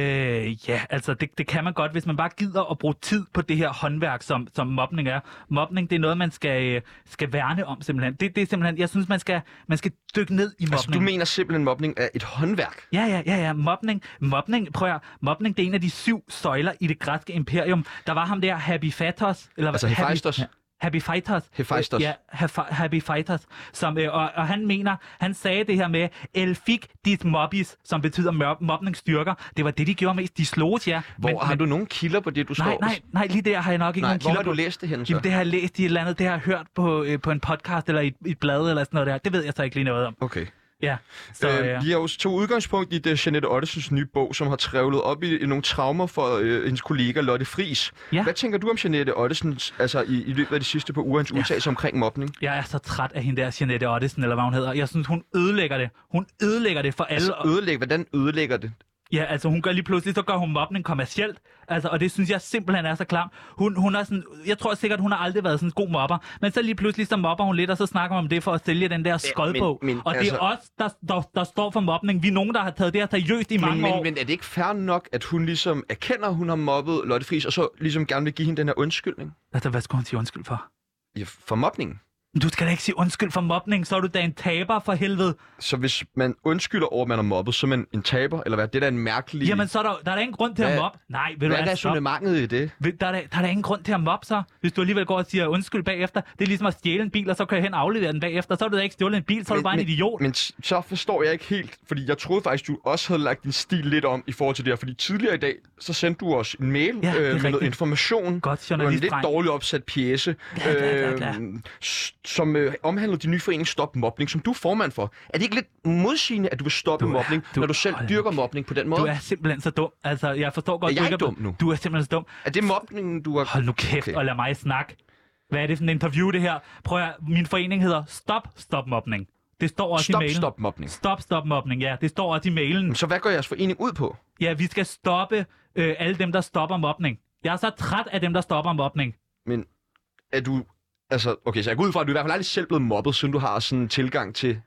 Speaker 2: Øh, ja, altså det, det kan man godt, hvis man bare gider at bruge tid på det her håndværk, som, som mobning er. Mobning, det er noget, man skal, øh, skal værne om simpelthen. Det, det er simpelthen, jeg synes, man skal, man skal dykke ned i mobning.
Speaker 3: Altså, du mener simpelthen, mobning er et håndværk?
Speaker 2: Ja, ja, ja, ja. Mobning, mobning, prøv at, mobning, det er en af de syv søjler i det græske imperium. Der var ham der, Hephaestus, eller
Speaker 3: Altså
Speaker 2: Happy-
Speaker 3: Hephaestus?
Speaker 2: Happy Fighters.
Speaker 3: Hephaestus.
Speaker 2: Ja, Hef- Happy Fighters. Som, øh, og, og han mener, han sagde det her med, el fik dit mobbis, som betyder mob- mobningsstyrker. Det var det, de gjorde mest. De sloges, ja.
Speaker 3: Hvor
Speaker 2: men,
Speaker 3: har
Speaker 2: men,
Speaker 3: du nogle kilder på det, du
Speaker 2: Nej,
Speaker 3: står?
Speaker 2: nej, nej, lige der har jeg nok ikke
Speaker 3: Nej,
Speaker 2: nogen
Speaker 3: hvor
Speaker 2: kilder
Speaker 3: har du
Speaker 2: på.
Speaker 3: læst det henne så?
Speaker 2: Jamen, det har jeg læst i et eller andet, det har jeg hørt på, øh, på en podcast, eller i, i et blad, eller sådan noget der. Det ved jeg så ikke lige noget om.
Speaker 3: Okay.
Speaker 2: Ja, så...
Speaker 3: Øh,
Speaker 2: Øh,
Speaker 3: vi har jo tog udgangspunkt i det Jeanette Ottesens nye bog, som har trævlet op i, i nogle traumer for øh, hendes kollega Lotte Friis.
Speaker 2: Ja.
Speaker 3: Hvad tænker du om Jeanette Ottesens, altså i, i løbet af de sidste par uger, hendes
Speaker 2: Ja.
Speaker 3: udtalelser omkring mobning?
Speaker 2: Jeg er så træt af hende der, Jeanette Ottesen, eller hvad hun hedder. Jeg synes, hun ødelægger det. Hun ødelægger det for alle.
Speaker 3: Altså ødelægge, hvordan ødelægger det?
Speaker 2: Ja, altså hun gør lige pludselig, så gør hun mobning kommercielt. Altså, og det synes jeg simpelthen er så klam. Hun, hun er sådan, jeg tror sikkert, hun har aldrig været sådan en god mobber. Men så lige pludselig, så mobber hun lidt, og så snakker man om det for at sælge den der skodbog.
Speaker 3: men- men
Speaker 2: og det
Speaker 3: altså-
Speaker 2: er os, der, der, der står for mobning. Vi er nogen, der har taget det her seriøst i mange
Speaker 3: Men, men,
Speaker 2: år.
Speaker 3: men er det ikke fair nok, at hun ligesom erkender, at hun har mobbet Lotte Friis, og så ligesom gerne vil give hende den her undskyldning?
Speaker 2: Altså, hvad skal hun sige undskyld for?
Speaker 3: Ja, for mobningen.
Speaker 2: Du skal da ikke sige undskyld for mobning, så er du da en taber for helvede.
Speaker 3: Så hvis man undskylder over, at man har mobbet, så er man en taber, eller hvad? Det er da en mærkelig...
Speaker 2: Jamen, så er der, der er da ingen grund til
Speaker 3: Hvad-
Speaker 2: at mobbe. Nej, ved du
Speaker 3: Hvad er
Speaker 2: hvad, stop.
Speaker 3: resonemanget i det?
Speaker 2: Ved- Der er, da, der er da ingen grund til at mobbe så, hvis du alligevel går og siger undskyld bagefter. Det er ligesom at stjæle en bil, og så kan jeg hen og aflevere den bagefter. Så er du da ikke stjålet en bil, så er du bare en
Speaker 3: men,
Speaker 2: idiot.
Speaker 3: Men s- så forstår jeg ikke helt, fordi jeg troede faktisk, du også havde lagt din stil lidt om i forhold til det her. Fordi tidligere i dag, så sendte du os en mail
Speaker 2: Ja, det er
Speaker 3: øh, med noget
Speaker 2: rigtigt.
Speaker 3: information.
Speaker 2: Godt,
Speaker 3: Det var en lidt
Speaker 2: journalistdreng.
Speaker 3: dårligt opsat pjece,
Speaker 2: Ja, ja, ja, ja.
Speaker 3: øh, s- som øh, omhandlede de nye forening Stop Mobning, som du er formand for. Er det ikke lidt modsigende, at du vil stoppe
Speaker 2: Du er-
Speaker 3: mobning,
Speaker 2: du-
Speaker 3: når du selv
Speaker 2: hold
Speaker 3: dyrker
Speaker 2: nu
Speaker 3: mobning på den måde?
Speaker 2: Du er simpelthen så dum. Altså, jeg forstår godt,
Speaker 3: Er jeg
Speaker 2: du
Speaker 3: ikke
Speaker 2: er
Speaker 3: dum nu?
Speaker 2: Du er simpelthen så dum.
Speaker 3: Er det mobningen, du har...
Speaker 2: Hold nu kæft
Speaker 3: Okay.
Speaker 2: okay. og lad mig snakke. Hvad er det for en interview, det her? Prøv at, min forening hedder Stop Stop Mobning. Det står også
Speaker 3: Stop,
Speaker 2: i mailen.
Speaker 3: stop mobning.
Speaker 2: Stop Stop Mobning, ja. Det står også i mailen.
Speaker 3: Så hvad går jeres forening ud på?
Speaker 2: Ja, vi skal stoppe øh, alle dem, der stopper mobning. Jeg er så træt af dem, der stopper mobning.
Speaker 3: Men er du... Altså, okay, så jeg går ud fra, at du i hvert fald aldrig selv blevet mobbet, siden du har sådan en tilgang til...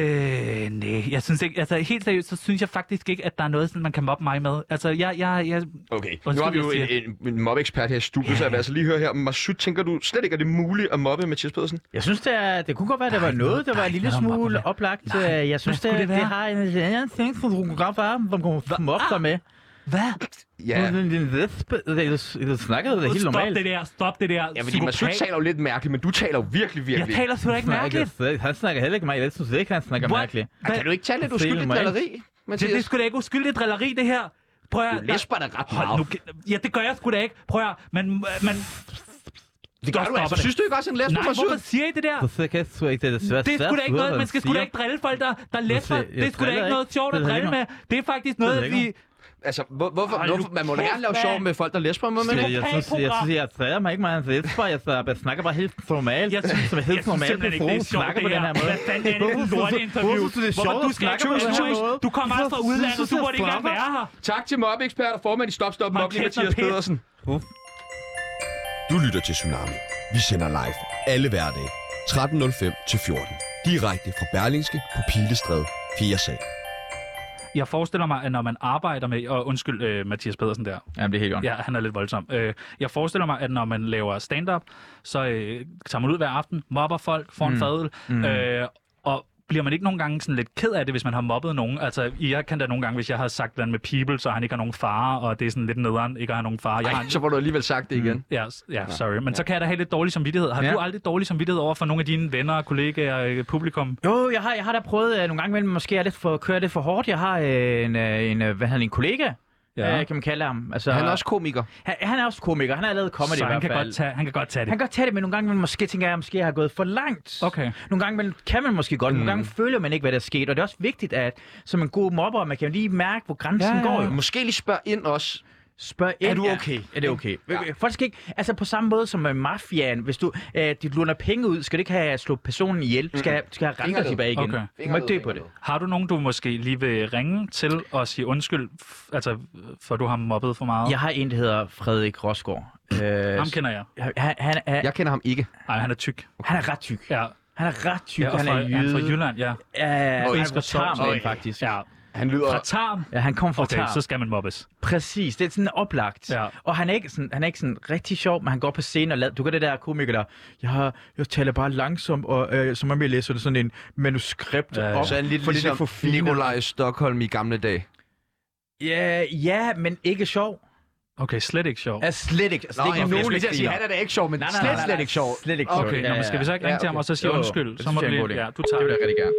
Speaker 2: Øh, nej, jeg synes ikke, altså helt seriøst, så synes jeg faktisk ikke, at der er noget, sådan, man kan mobbe mig med. Altså, jeg, jeg, jeg
Speaker 3: Okay, nu
Speaker 2: Undskyld,
Speaker 3: har vi jo
Speaker 2: jeg
Speaker 3: en, en, en mobbeekspert her i studiet,
Speaker 2: Ja,
Speaker 3: så jeg vil
Speaker 2: ja.
Speaker 3: altså lige høre her. Masud, tænker du slet ikke, at det er muligt at mobbe Mathias Pedersen?
Speaker 4: Jeg synes, det, er, det kunne godt være, at der
Speaker 2: Der er
Speaker 4: var
Speaker 2: ikke
Speaker 4: noget,
Speaker 2: noget-
Speaker 4: der
Speaker 2: der
Speaker 4: var
Speaker 2: er
Speaker 4: en
Speaker 2: ikke
Speaker 4: lille
Speaker 2: noget om
Speaker 4: smule
Speaker 2: mobning.
Speaker 4: oplagt.
Speaker 2: Nej.
Speaker 4: Jeg synes,
Speaker 2: Hvad skulle
Speaker 4: det,
Speaker 2: det
Speaker 4: det
Speaker 2: være?
Speaker 4: har en anden ting, som du kunne godt være, som kunne komme op med.
Speaker 2: Hvad?
Speaker 3: Ja.
Speaker 4: Du snakker det helt
Speaker 2: Stop
Speaker 4: normalt.
Speaker 2: det der, stop det der.
Speaker 3: Ja, fordi Masud taler jo lidt mærkeligt, men du taler jo virkelig, virkelig.
Speaker 2: Jeg taler sgu da ikke mærkeligt.
Speaker 4: Han snakker heller ikke mig. Jeg synes ikke, han snakker
Speaker 2: What?
Speaker 4: mærkeligt.
Speaker 3: Kan du ikke tale lidt
Speaker 4: Det er
Speaker 3: uskyldigt
Speaker 4: normalt.
Speaker 3: drilleri,
Speaker 2: Det,
Speaker 3: Mathias?
Speaker 2: det er sgu da ikke uskyldigt drilleri, det her. Prøv at...
Speaker 3: Du læsper da ret
Speaker 2: Hold
Speaker 3: meget.
Speaker 2: nu, ja, det gør jeg sgu da ikke. Prøv at... Men... men
Speaker 3: Det gør du altså. Synes du ikke også, en lesber
Speaker 2: Nej,
Speaker 3: Masud?
Speaker 2: hvorfor siger I det der?
Speaker 4: Så kan jeg ikke, det er svært.
Speaker 2: Det er sgu da ikke noget, man skal sgu da ikke drille folk, der, der læsper.
Speaker 4: jeg
Speaker 2: Det er sgu da
Speaker 4: driller
Speaker 2: ikke noget
Speaker 4: ikke.
Speaker 2: sjovt at
Speaker 4: Det ved jeg
Speaker 2: drille med.
Speaker 4: ikke.
Speaker 2: Det er faktisk
Speaker 4: Det ved
Speaker 2: noget,
Speaker 4: jeg ikke.
Speaker 2: vi...
Speaker 3: Altså, hvor, hvorfor,
Speaker 2: Hold nu
Speaker 3: hvorfor, man må da
Speaker 2: kæft,
Speaker 3: gerne lave
Speaker 2: mand.
Speaker 3: sjov med folk, der læsper, må man
Speaker 2: Det er
Speaker 3: ikke?
Speaker 4: Jeg synes, jeg synes, jeg træder mig ikke meget til for jeg, jeg snakker bare helt normalt.
Speaker 2: Jeg synes,
Speaker 4: som
Speaker 2: jeg
Speaker 4: helt
Speaker 2: synes
Speaker 4: normalt
Speaker 2: simpelthen ikke, det er sjovt,
Speaker 4: snakker
Speaker 2: det
Speaker 4: på den her måde.
Speaker 2: Hvad fanden er det for et lorteinterview?
Speaker 4: Hvorfor synes du, det er sjovt
Speaker 2: Du
Speaker 4: at
Speaker 2: skal
Speaker 4: snakke
Speaker 2: ikke
Speaker 4: på den her måde?
Speaker 2: Du kommer altså fra udlandet, du burde ikke engang være her.
Speaker 3: Tak til mobbeekspert og formand i Stop Stop
Speaker 2: Hold
Speaker 3: Mobning,
Speaker 2: kæft,
Speaker 3: Mathias
Speaker 2: hvor pis.
Speaker 3: Pedersen.
Speaker 1: Du lytter til Tsunami. Vi sender live alle hverdage tretten nul fem til fjorten. Direkte fra Berlingske på Pilestræde fjerde sal.
Speaker 2: Jeg forestiller mig, at når man arbejder med... Og undskyld, øh, Mathias Pedersen der.
Speaker 4: Jamen, det er helt godt.
Speaker 2: Ja, han er lidt voldsom. Øh, jeg forestiller mig, at når man laver stand-up, så øh, tager man ud hver aften, mobber folk, får en
Speaker 4: Mm.
Speaker 2: fadøl,
Speaker 4: Mm.
Speaker 2: øh, og bliver man ikke nogle gange sådan lidt ked af det, hvis man har mobbet nogen? Altså, jeg kan da nogle gange, hvis jeg har sagt noget med people, så han ikke har nogen far, og det er sådan lidt nederen, ikke at have nogen far. Jeg har
Speaker 3: Ej, så får du alligevel sagt det igen.
Speaker 2: Ja, s- ja, sorry. Men så kan jeg da have lidt dårlig samvittighed. Har
Speaker 4: Ja.
Speaker 2: du aldrig dårlig samvittighed over for nogle af dine venner, kollegaer, øh, publikum?
Speaker 4: Jo, jeg har, jeg har da prøvet øh, nogle gange imellem, måske er lidt for at køre det for hårdt. Jeg har øh, en, øh, en, øh, hvad hedder han, en kollega,
Speaker 2: Ja.
Speaker 4: ja. øh, kan man kalde ham. Altså,
Speaker 3: Han er også komiker.
Speaker 4: han, han er også komiker. Han har lavet comedy
Speaker 2: Så
Speaker 4: i
Speaker 2: han
Speaker 4: hvert
Speaker 2: kan,
Speaker 4: fald.
Speaker 2: godt tage, han kan godt tage det.
Speaker 4: Han kan godt tage det, men nogle gange man måske tænker jeg, måske jeg har gået for langt.
Speaker 2: Okay.
Speaker 4: Nogle gange man, kan man måske godt, mm. nogle gange føler man ikke, hvad der er sket. Og det er også vigtigt, at som en god mobber, man kan lige mærke, hvor grænsen
Speaker 2: Ja, ja, ja.
Speaker 4: går. Jo.
Speaker 3: Måske lige spørg ind også.
Speaker 4: Spørg ind,
Speaker 3: Er du
Speaker 4: ja.
Speaker 3: okay?
Speaker 4: Er det okay?
Speaker 3: Ja.
Speaker 4: Ja. Folk skal ikke, altså på samme måde som med mafiaen, hvis du, øh, de låner penge ud, skal du ikke have slået personen ihjel, du skal, have- du skal have renter
Speaker 3: Fingerled.
Speaker 4: tilbage igen.
Speaker 2: Okay.
Speaker 4: Du må ikke dø på det.
Speaker 2: Har du nogen, du måske lige vil ringe til og sige undskyld, f- altså, for du har mobbet for meget?
Speaker 4: Jeg har en, der hedder Frederik Rosgaard. Øh,
Speaker 2: Ham kender jeg.
Speaker 4: han, han, er,
Speaker 3: Jeg kender ham ikke.
Speaker 2: Nej, han er tyk.
Speaker 4: han er ret tyk.
Speaker 2: Ja,
Speaker 4: Han er ret tyk,
Speaker 2: ja og
Speaker 4: han
Speaker 2: fra,
Speaker 4: er
Speaker 2: han er
Speaker 4: jøde.
Speaker 2: fra Jylland, ja.
Speaker 4: Ja, han er
Speaker 2: elsker
Speaker 4: fra
Speaker 2: sovs.
Speaker 4: Tarm,
Speaker 2: Okay.
Speaker 4: faktisk.
Speaker 2: Ja,
Speaker 3: Han lyder...
Speaker 2: fra Tarm.
Speaker 4: Ja, han kom fra
Speaker 2: Okay,
Speaker 4: Tarm.
Speaker 2: så skal man mobbes.
Speaker 4: Præcis, det er sådan oplagt.
Speaker 2: Ja.
Speaker 4: Og han er ikke sådan, han er ikke sådan rigtig sjov, men han går på scenen og lader, du gør det der komiker der, jeg, har, jeg taler bare langsomt, og øh, som om jeg læser det sådan en manuskript
Speaker 2: Ja, ja.
Speaker 4: op.
Speaker 3: Så er han lidt
Speaker 4: for det er
Speaker 3: ligesom
Speaker 4: for fint.
Speaker 3: Nikolaj Stockholm i gamle dage.
Speaker 4: Ja, ja, men ikke sjov.
Speaker 2: Okay, slet ikke sjov.
Speaker 4: Er slet ikke. Altså,
Speaker 3: Nå,
Speaker 4: det er ikke
Speaker 3: jeg
Speaker 4: nogen,
Speaker 3: skulle lige til
Speaker 4: der
Speaker 3: at sige, han er da ikke sjov, men
Speaker 4: Nej, nej,
Speaker 3: slet,
Speaker 4: nej, nej,
Speaker 3: slet ikke sjov.
Speaker 4: Slet ikke sjov.
Speaker 2: Okay, nå, men skal vi så ikke ringe til ham og så sige
Speaker 4: Jo, jo.
Speaker 2: undskyld?
Speaker 4: Det
Speaker 2: Så må
Speaker 4: synes
Speaker 2: du
Speaker 4: jeg er en
Speaker 2: lige...
Speaker 4: god idé.
Speaker 2: Ja, du tager
Speaker 4: Det vil jeg rigtig gerne.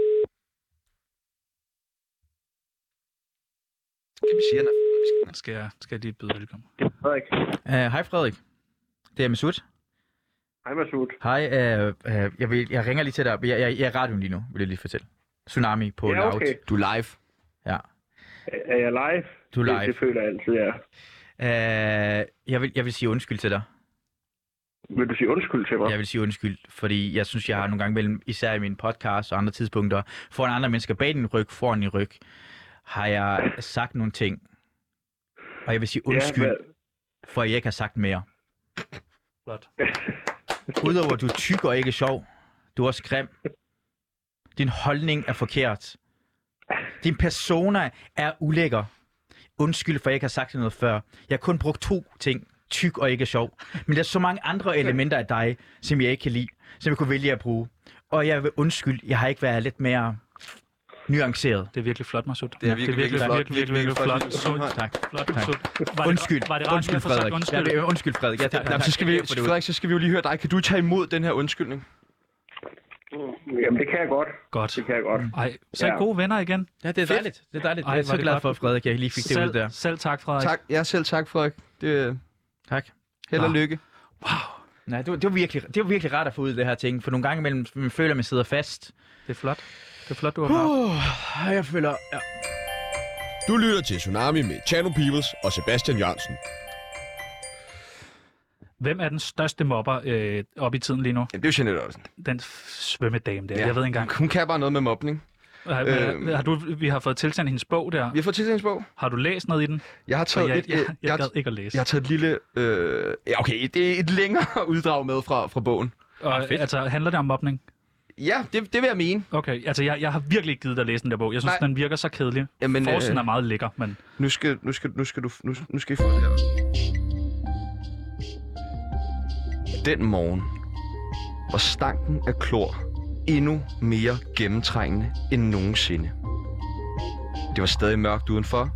Speaker 3: Kan vi sige, han er...
Speaker 2: Skal jeg, skal jeg lige byde velkommen?
Speaker 7: Frederik.
Speaker 4: Uh, hej Frederik. Det er Masud.
Speaker 7: Hej, Masud.
Speaker 4: Hej, uh, uh, jeg, vil, jeg ringer lige til dig. Jeg, jeg, jeg er i radioen lige nu, vil jeg lige fortælle. Tsunami på
Speaker 7: Ja,
Speaker 4: Loud.
Speaker 7: okay.
Speaker 3: Du er live.
Speaker 4: Ja,
Speaker 7: Er jeg live?
Speaker 4: du er
Speaker 7: Det,
Speaker 4: live.
Speaker 7: det føler jeg altid, ja.
Speaker 4: Uh, jeg, vil, jeg vil sige undskyld til dig.
Speaker 7: Vil du sige undskyld til mig?
Speaker 4: Jeg vil sige undskyld, fordi jeg synes, jeg har nogle gange mellem, især i min podcast og andre tidspunkter, foran andre mennesker bag din ryg, foran din ryg, har jeg sagt nogle ting. Og jeg vil sige undskyld,
Speaker 7: Ja,
Speaker 4: for jeg ikke har sagt mere.
Speaker 2: Flot.
Speaker 4: Udover at du er tyk og ikke sjov, du er også grim. Din holdning er forkert. Din persona er ulækker. Undskyld, for jeg ikke har sagt noget før. Jeg har kun brugt to ting. Tyk og ikke sjov. Men der er så mange andre elementer af dig, som jeg ikke kan lide, som jeg kunne vælge at bruge. Og jeg vil undskylde, jeg har ikke været lidt mere nuanceret.
Speaker 2: Det er virkelig flot, Masud.
Speaker 3: Det er virkelig, virkelig flot.
Speaker 2: Virkelig, virkelig, virkelig flot.
Speaker 3: Virkelig
Speaker 2: Så,
Speaker 3: flot.
Speaker 4: Tak.
Speaker 2: flot,
Speaker 4: Tak.
Speaker 2: Masud. Var det-
Speaker 4: Undskyld.
Speaker 2: Var det rart,
Speaker 4: Undskyld,
Speaker 2: at få sagt
Speaker 4: Frederik.
Speaker 2: undskyld?
Speaker 4: Jeg vil, undskyld, Frederik. Jeg, tak, tak,
Speaker 3: Så skal vi,
Speaker 4: tak for det.
Speaker 3: Frederik, så skal vi jo lige høre dig. Kan du tage imod den her undskyldning?
Speaker 7: Jamen, det kan jeg godt.
Speaker 2: Godt.
Speaker 7: Det kan jeg godt.
Speaker 2: Ej, så er I
Speaker 7: Ja.
Speaker 2: gode venner igen.
Speaker 4: Ja, det er dejligt. Det er dejligt.
Speaker 2: Ej,
Speaker 4: Jeg er
Speaker 2: hvor
Speaker 4: så
Speaker 2: er det
Speaker 4: glad
Speaker 2: godt.
Speaker 4: for, Frederik, jeg lige fik det ud
Speaker 2: Selv,
Speaker 4: der.
Speaker 2: selv tak, Frederik.
Speaker 3: Tak. Ja, selv tak, Frederik. Det,
Speaker 4: Tak.
Speaker 3: held og
Speaker 2: Nå.
Speaker 3: lykke.
Speaker 4: Nej, det var, det, var virkelig, det var virkelig rart at få ud det her ting, for nogle gange imellem man føler, at man sidder fast.
Speaker 2: Det er flot. Det er flot, du har haft.
Speaker 4: Uh, jeg føler... Ja.
Speaker 1: Du lytter til Tsunami med Chano Peoples og Sebastian Jørgensen.
Speaker 2: Hvem er den største mobber øh, op i tiden lige nu?
Speaker 3: Jamen, det er jo Jeanette Ottesen.
Speaker 2: Den svømmedame der. Ja. Jeg ved ikke engang.
Speaker 3: Hun kan bare noget med mobning.
Speaker 2: Har,
Speaker 3: Øh.
Speaker 2: har du, vi har fået tilsendt hendes bog der.
Speaker 3: Vi har fået tilsætningsbog.
Speaker 2: Har du læst noget i den?
Speaker 3: Jeg har
Speaker 2: For
Speaker 3: taget
Speaker 2: jeg,
Speaker 3: et,
Speaker 2: jeg,
Speaker 3: øh,
Speaker 2: jeg,
Speaker 3: jeg,
Speaker 2: gad
Speaker 3: har-
Speaker 2: ikke at læse.
Speaker 3: jeg har taget et lille... Øh, ja, okay, det er et længere uddrag med fra, fra bogen.
Speaker 2: Og, altså, handler det om mobning?
Speaker 3: Ja, det, det vil jeg mene.
Speaker 2: Okay, altså jeg, jeg har virkelig ikke givet dig at læse den der bog. Jeg synes,
Speaker 3: Nej.
Speaker 2: den virker så kedelig.
Speaker 3: Jamen,
Speaker 2: Forsiden
Speaker 3: øh,
Speaker 2: er meget lækker, men...
Speaker 3: Nu skal, nu skal, nu skal, du, nu, nu skal I få det her. Den morgen var stanken af klor endnu mere gennemtrængende end nogensinde. Det var stadig mørkt udenfor,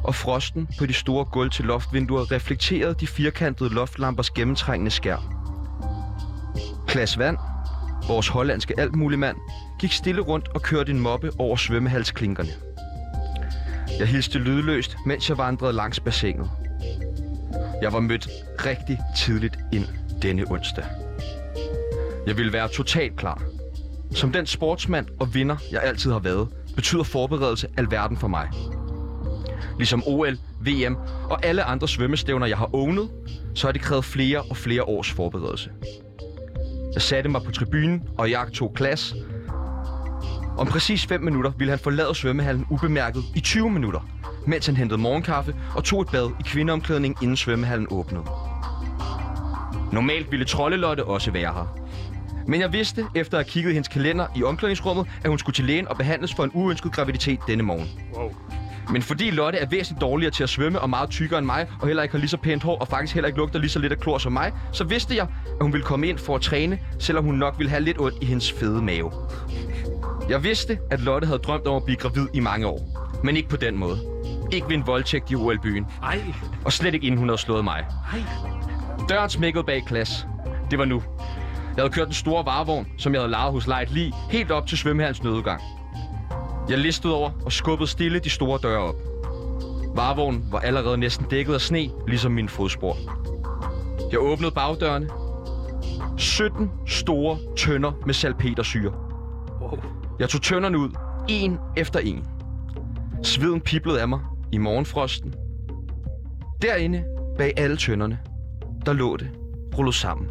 Speaker 3: og frosten på de store gulv til loftvinduer reflekterede de firkantede loftlampers gennemtrængende skær. Klaas Vand, vores hollandske altmuligmand, gik stille rundt og kørte en moppe over svømmehalsklinkerne. Jeg hilste lydløst, mens jeg vandrede langs bassinet. Jeg var mødt rigtig tidligt ind denne onsdag. Jeg ville være totalt klar. Som den sportsmand og vinder, jeg altid har været, betyder forberedelse alverden for mig. Ligesom O L, V M og alle andre svømmestævner, jeg har ownet, så har det krævet flere og flere års forberedelse. Jeg satte mig på tribunen, og jeg tog Klaas. Om præcis fem minutter ville han forlade svømmehallen ubemærket i tyve minutter, mens han hentede morgenkaffe og tog et bad i kvindeomklædning, inden svømmehallen åbnede. Normalt ville Trollelotte også være her. Men jeg vidste, efter at have kigget i hendes kalender i omklædningsrummet, at hun skulle til lægen og behandles for en uønsket graviditet denne morgen. Wow. Men fordi Lotte er væsentligt dårligere til at svømme og meget tykkere end mig, og heller ikke har lige så pænt hår og faktisk heller ikke lugter lige så lidt af klor som mig, så vidste jeg, at hun ville komme ind for at træne, selvom hun nok ville have lidt ondt i hendes fede mave. Jeg vidste, at Lotte havde drømt om at blive gravid i mange år. Men ikke på den måde. Ikke ved en voldtægt i O L-byen. Ej. Og slet ikke inden hun havde slået mig. Ej. Døren smækkede bag Klaas. Det var nu. Jeg havde kørt den store varevogn, som jeg havde lejet hos Lejt Lig, helt op til svømmehallens nødudgang. Jeg listede over og skubbede stille de store døre op. Varevognen var allerede næsten dækket af sne, ligesom mine fodspor. Jeg åbnede bagdørene. sytten store tønder med salpetersyre. Wow. Jeg tog tønderne ud, en efter en. Sveden piblede af mig i morgenfrosten. Derinde, bag alle tønderne, der lå det rullet sammen.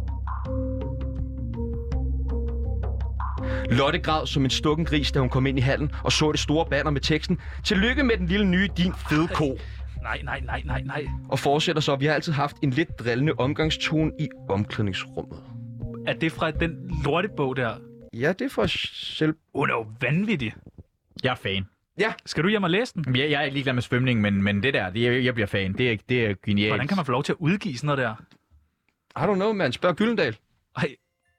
Speaker 3: Lotte græd som en stukken gris, da hun kom ind i hallen og så det store banner med teksten: "Tillykke med den lille nye, din fede ko."
Speaker 2: Nej, nej, nej, nej, nej.
Speaker 3: Og fortsætter så, vi har altid haft en lidt drillende omgangstone i omklædningsrummet.
Speaker 2: Er det fra den lortebog der?
Speaker 3: Ja, det er fra selv...
Speaker 2: Hun er jo vanvittig.
Speaker 4: Jeg er fan.
Speaker 3: Ja.
Speaker 2: Skal du hjem og læse den?
Speaker 4: Jeg, jeg er ikke ligeglad med svømning, men, men det der, det, jeg, jeg bliver fan. Det er, det er genialt.
Speaker 2: Hvordan kan man få lov til at udgive sådan noget der?
Speaker 3: I don't know, man. Spørg Gyldendal.
Speaker 2: Ej.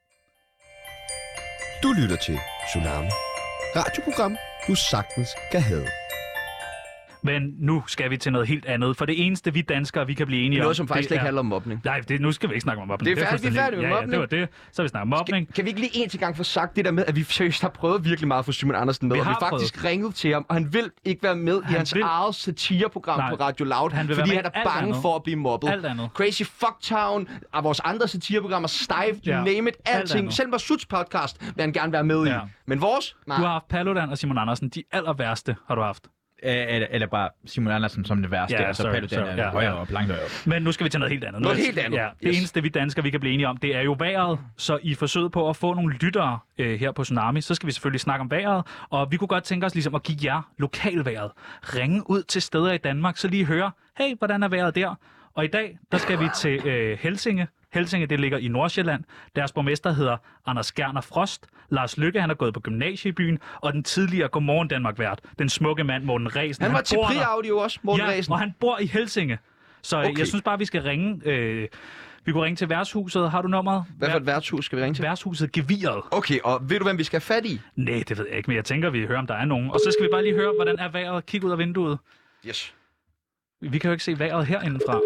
Speaker 1: Du lytter til Tsunami. Radioprogram, du sagtens kan have.
Speaker 2: Men nu skal vi til noget helt andet. For det eneste, vi danskere, vi kan blive enige om...
Speaker 3: Noget, som faktisk
Speaker 2: det
Speaker 3: ikke
Speaker 2: er...
Speaker 3: handler om mobning.
Speaker 2: Nej, det, nu skal vi ikke snakke om mobning.
Speaker 3: Det er færdigt, vi er færdige med
Speaker 2: ja,
Speaker 3: mobning.
Speaker 2: Ja, det var det. Så vi snakker om mobning.
Speaker 3: Skal, kan vi ikke lige en til gang få sagt det der med, at vi seriøst har prøvet virkelig meget for Simon Andersen med, vi og vi faktisk prøvet. ringet til ham, og han vil ikke være med han i hans vil... eget satireprogram Nej, på Radio Loud, han fordi han er bange andet. for at blive mobbet. Crazy Fucktown, og vores andre satireprogrammer, Stive, ja. name it, alting. Selv vores Suits podcast vil han gerne være med ja. i. Men vores? Nej.
Speaker 2: Du har haft Paludan og Simon Andersen, de aller værste har du haft.
Speaker 4: Eller, eller bare Simon Andersen som det værste,
Speaker 2: ja,
Speaker 4: og så Paludan er
Speaker 2: ja,
Speaker 4: højere op, langt højere op.
Speaker 2: Men nu skal vi til noget helt andet.
Speaker 3: Noget helt andet.
Speaker 2: Ja, det yes. eneste, vi danskere, vi kan blive enige om, det er jo vejret. Så i forsøget på at få nogle lyttere øh, her på Tsunami, så skal vi selvfølgelig snakke om vejret. Og vi kunne godt tænke os ligesom at give jer lokalvejret. Ringe ud til steder i Danmark, så lige høre, hey, hvordan er vejret der? Og i dag, der skal vi til øh, Helsinge. Helsinge, det ligger i Nordsjælland. Deres borgmester hedder Anders Gerner Frost. Lars Løkke, han er gået på gymnasie i byen. Og den tidligere Godmorgen Danmark-vært, den smukke mand Morten Ræsen.
Speaker 3: Han var han til Pri-audio også, Morten
Speaker 2: ja,
Speaker 3: Ræsen.
Speaker 2: og han bor i Helsinge. Så okay. jeg synes bare, vi skal ringe. Øh, vi kunne ringe til værtshuset. Har du nummeret?
Speaker 3: Hvad for et værtshus skal vi ringe til?
Speaker 2: Værtshuset Geviret.
Speaker 3: Okay, og ved du, hvem vi skal have fat i?
Speaker 2: Nej, det ved jeg ikke, men jeg tænker, vi hører, om der er nogen. Og så skal vi bare lige høre, hvordan er vejret. Kig ud af vinduet.
Speaker 3: Yes.
Speaker 2: Vi kan jo ikke se vejret herindefra.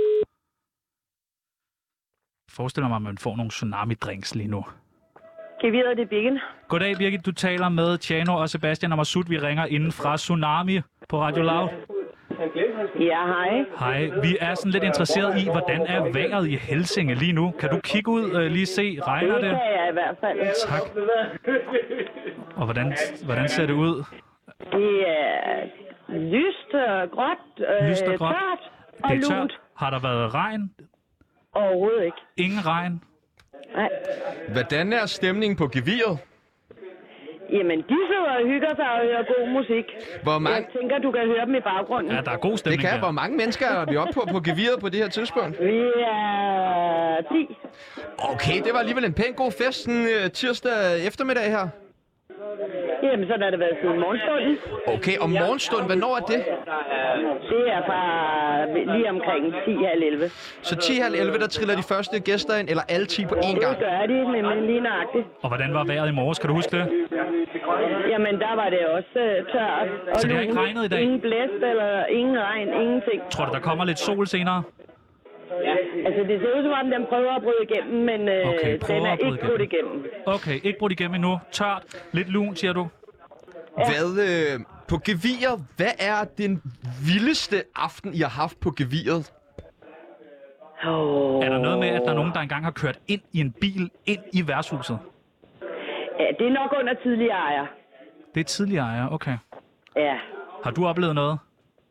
Speaker 2: Forestiller mig, at man får nogle tsunami-drinks lige nu.
Speaker 11: Geviret, det er Birgit.
Speaker 2: Goddag, Birgit. Du taler med Tjano og Sebastian og Masud. Vi ringer inden fra Tsunami på Radio Loud.
Speaker 11: Ja, hej.
Speaker 2: Hej. Vi er sådan lidt interesseret i, hvordan er vejret i Helsinge lige nu? Kan du kigge ud og lige se, regner det?
Speaker 11: Det kan jeg i hvert fald.
Speaker 2: Tak. Og hvordan, hvordan ser det ud?
Speaker 11: Det er lyst og gråt, øh,
Speaker 2: lyst og gråt.
Speaker 11: tørt og
Speaker 2: det er tørt.
Speaker 11: lunt.
Speaker 2: Har der været regn?
Speaker 11: Overhovedet ikke.
Speaker 2: Ingen regn?
Speaker 11: Nej.
Speaker 3: Hvordan er stemningen på Geviret?
Speaker 11: Jamen, de sidder og hygger sig og hører god musik.
Speaker 3: Hvor mange...
Speaker 11: Jeg tænker, du kan høre dem i baggrunden.
Speaker 2: Ja, der er god stemning.
Speaker 3: Det kan.
Speaker 2: Der.
Speaker 3: Hvor mange mennesker er vi oppe på på Geviret på det her tidspunkt?
Speaker 11: Vi er ti.
Speaker 3: Okay, det var alligevel en pæn god fest sådan, uh, tirsdag eftermiddag her.
Speaker 11: Jamen, så har det været siden morgenstunden.
Speaker 3: Okay, og morgenstund, hvornår er det?
Speaker 11: Det er fra lige omkring ti halv elleve.
Speaker 3: Så ti halv elleve, der triller de første gæster ind, eller alle ti på én gang?
Speaker 11: Det gør de, nemlig lige nøjagtigt.
Speaker 2: Og hvordan var vejret i morges? Kan du huske det?
Speaker 11: Jamen, der var det også uh, tørt. Og
Speaker 2: så det har ikke regnet i dag?
Speaker 11: Ingen blæst eller ingen regn, ingenting.
Speaker 2: Tror du, der kommer lidt sol senere?
Speaker 11: Ja, altså det ser ud som om, den prøver at bryde igennem, men øh,
Speaker 2: okay,
Speaker 11: den er ikke brudt igennem.
Speaker 2: Okay, ikke brudt igennem endnu. Tørt, lidt lun, siger du?
Speaker 11: Ja.
Speaker 3: Hvad, øh, på Gevier, hvad er den vildeste aften, I har haft på Geviret?
Speaker 11: Oh.
Speaker 2: Er der noget med, at der er nogen, der engang har kørt ind i en bil, ind i værtshuset?
Speaker 11: Ja, det er nok under tidligere ejer.
Speaker 2: Det er tidligere ejer, okay.
Speaker 11: Ja.
Speaker 2: Har du oplevet noget?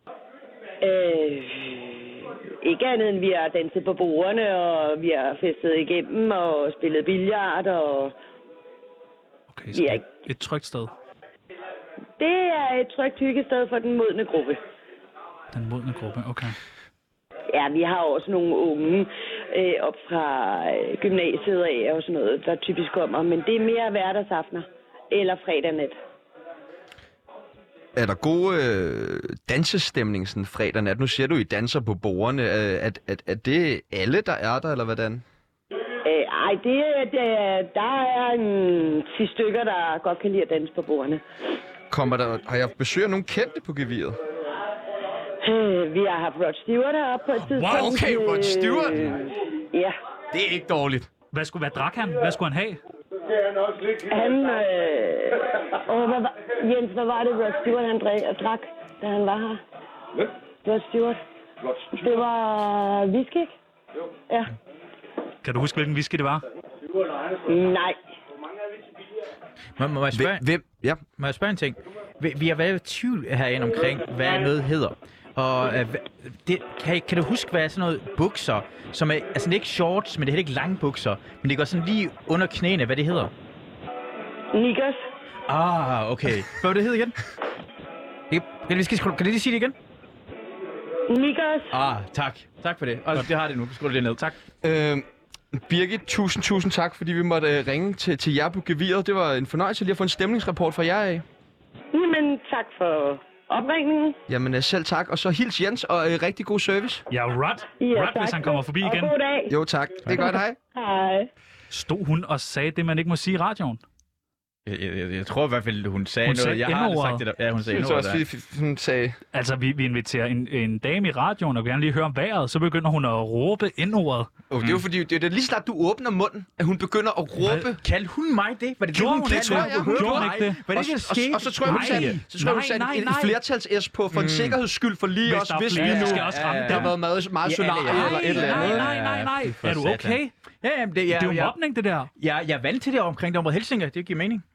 Speaker 11: Øh, ikke andet end vi har danset på bordene, og vi har festet igennem og spillet billard, og...
Speaker 2: Okay, så
Speaker 11: er...
Speaker 2: et, et trygt sted?
Speaker 11: Det er et trygt hyggested for den modne gruppe.
Speaker 2: Den modne gruppe, okay.
Speaker 11: Ja, vi har også nogle unge øh, op fra øh, gymnasiet af og sådan noget, der typisk kommer. Men det er mere hverdagsaftener eller fredag nat.
Speaker 3: Er der god øh, dansestemning sådan fredag nat? Nu siger du, I danser på bordene. Er, er, er, er det alle, der er der, eller hvordan?
Speaker 11: Øh, ej, det, det, der er en ti stykker, der godt kan lide at danse på bordene.
Speaker 3: Kommer der, har jeg besøg af nogle kendte på Geviret?
Speaker 11: Øh, vi har haft Rod Stewart heroppe på et tidspunkt.
Speaker 3: Wow, okay, Rod Stewart?
Speaker 11: Øh, ja.
Speaker 3: Det er ikke dårligt.
Speaker 2: Hvad skulle, hvad drak han? Hvad skulle han have?
Speaker 11: Han, øh... Åh, hvad var... Jens, hvad var det, Rod Stewart, han drak, drak, da han var her? Hvad? Rod Stewart. Det var whisky, ikke? Jo. Ja.
Speaker 2: Kan du huske, hvilken whisky det var?
Speaker 11: Nej.
Speaker 4: Må, må, jeg spørge,
Speaker 3: hvem? Ja.
Speaker 4: må jeg spørge en ting? Vi, vi har været i tvivl herinde omkring, hvad noget hedder. Og øh, det, kan, kan du huske, hvad er sådan noget bukser, som er altså ikke shorts, men det er heller ikke lange bukser, men det går sådan lige under knæene, hvad det hedder?
Speaker 11: Nikers.
Speaker 4: Ah, okay. Hvad var det hed igen? Kan, kan, vi, kan du lige sige det igen?
Speaker 11: Nikers.
Speaker 4: Ah, tak. Tak for det. Og det har det nu. Skru det ned. Tak.
Speaker 3: Øh, Birgit, tusind, tusind tak, fordi vi måtte øh, ringe til, til jer på Geviret. Det var en fornøjelse lige at få en stemningsrapport fra jer af.
Speaker 11: Jamen, tak for opringningen.
Speaker 3: Jamen øh, selv tak. Og så hils Jens, og øh, rigtig god service.
Speaker 2: Ja, Rod.
Speaker 11: Ja,
Speaker 2: Rod, hvis han kommer forbi
Speaker 11: og
Speaker 2: igen.
Speaker 11: god dag.
Speaker 3: Jo, tak. Det er godt, hej.
Speaker 11: Hej.
Speaker 2: Stod hun og sagde det, man ikke må sige i radioen?
Speaker 4: Jeg, jeg, jeg tror i hvert fald, hun sagde
Speaker 2: hun
Speaker 4: noget.
Speaker 2: Sagde
Speaker 4: jeg har aldrig sagt det der. Ja, hun sagde
Speaker 3: noget
Speaker 4: der.
Speaker 3: Også, hun sagde...
Speaker 2: Altså, vi, vi inviterer en, en dame i radioen og gerne lige høre om vejret, så begynder hun at råbe indordet.
Speaker 3: Oh, det er jo fordi, det er lige snart du åbner munden, at hun begynder at råbe.
Speaker 4: Kaldte hun mig det? Var det
Speaker 2: Gjorde
Speaker 4: det, hun
Speaker 2: hun det, tror jeg? Hun gjorde ikke det.
Speaker 4: Var det ikke,
Speaker 3: og, og, og så tror jeg, hun satte, så tror jeg, hun satte en, en flertals-S på for en sikkerheds skyld, for lige
Speaker 2: hvis
Speaker 3: også,
Speaker 2: hvis vi nu
Speaker 3: skal også ramme, der har været meget, meget solar eller et eller andet.
Speaker 2: Nej, nej, nej, nej. Er du okay?
Speaker 4: Ja, jamen, det,
Speaker 2: det er jo mobning, det der.
Speaker 4: Ja, jeg er vant til det omkring det område Helsinger. Det giver mening.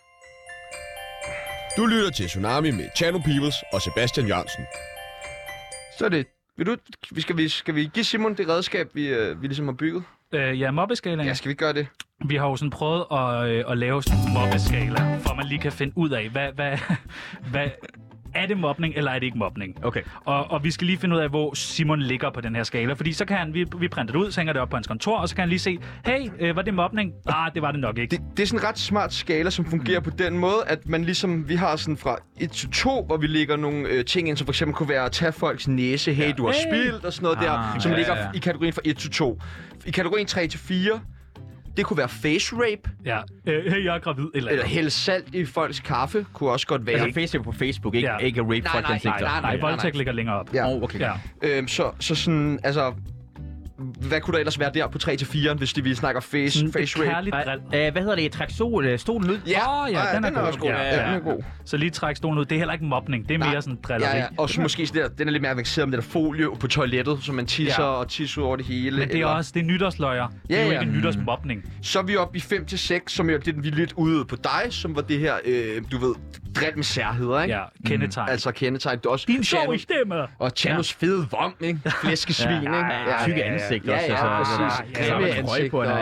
Speaker 1: Du lytter til Tsunami med Chano Peoples og Sebastian Jørgensen.
Speaker 3: Så er det... Vil du, skal, vi, skal vi give Simon det redskab, vi, vi ligesom har bygget?
Speaker 2: Øh, ja, mobbeskalaen.
Speaker 3: Ja, skal vi gøre det?
Speaker 2: Vi har jo sådan prøvet at, øh, at lave sådan en mobbeskala, for man lige kan finde ud af, hvad, hvad, hvad er det mobning, eller er det ikke mobning?
Speaker 4: Okay.
Speaker 2: Og, og vi skal lige finde ud af, hvor Simon ligger på den her skala, fordi så kan han, vi, vi printer det ud, så hænger det op på hans kontor, og så kan han lige se, hey, øh, var det mobning? Ah, det var det nok ikke.
Speaker 3: Det, det er sådan en ret smart skala, som fungerer mm. på den måde, at man ligesom, vi har sådan fra et til to, hvor vi lægger nogle øh, ting ind, som for eksempel kunne være at tage folks næse, hey, ja. du har hey. spildt og sådan noget ah, der, som ja, ligger ja, ja. i kategorien fra et til to. I kategorien tre til fire, det kunne være face rape.
Speaker 2: Ja, øh, hey, jeg er gravid. Eller,
Speaker 3: eller hælde salt i folks kaffe, kunne også godt være.
Speaker 4: Altså face rape på Facebook, ikke, ja. ikke rape
Speaker 3: nej,
Speaker 4: folk
Speaker 3: ansigter.
Speaker 2: Nej, nej, nej, nej, voldtægt ligger længere op.
Speaker 3: Ja.
Speaker 4: Oh, okay.
Speaker 2: Ja.
Speaker 3: Øhm, så, så sådan, altså... Hvad kunne der ellers være der på tre til fire, hvis de, vi snakker face,
Speaker 2: sådan
Speaker 3: face rape?
Speaker 2: Kærligt drill.
Speaker 4: Uh, hvad hedder det? Træk sol, stolen ud?
Speaker 2: Ja, oh, ja,
Speaker 3: ja
Speaker 2: den, er,
Speaker 3: den er også god. Ja, ja, ja. Den er god.
Speaker 2: Så lige træk stolen ud. Det er heller ikke mobning. Det er mere sådan drilleri.
Speaker 3: Ja, ja. Og så måske sådan der, den er lidt mere avanceret med det der folie på toilettet, så man tisser ja. og tisser over det hele.
Speaker 2: Men det er
Speaker 3: eller...
Speaker 2: også, det er nytårsløjer. Ja, det er jo
Speaker 3: ja.
Speaker 2: ikke nytårsmobning.
Speaker 3: Så er vi oppe i fem til seks, som jo det vi lidt ude på dig, som var det her, øh, du ved, drill med særheder, ikke?
Speaker 2: Ja, kendetegn.
Speaker 3: Mm. Altså kendetegn. Det er også
Speaker 2: din sjove stemme.
Speaker 3: Og Chanos ja. fede vom, ikke? Flæskesvin,
Speaker 2: ja,
Speaker 3: ikke?
Speaker 4: Ja, ja, tykke ansigt også.
Speaker 3: Ja, ja, præcis.
Speaker 4: Grimme ansigt og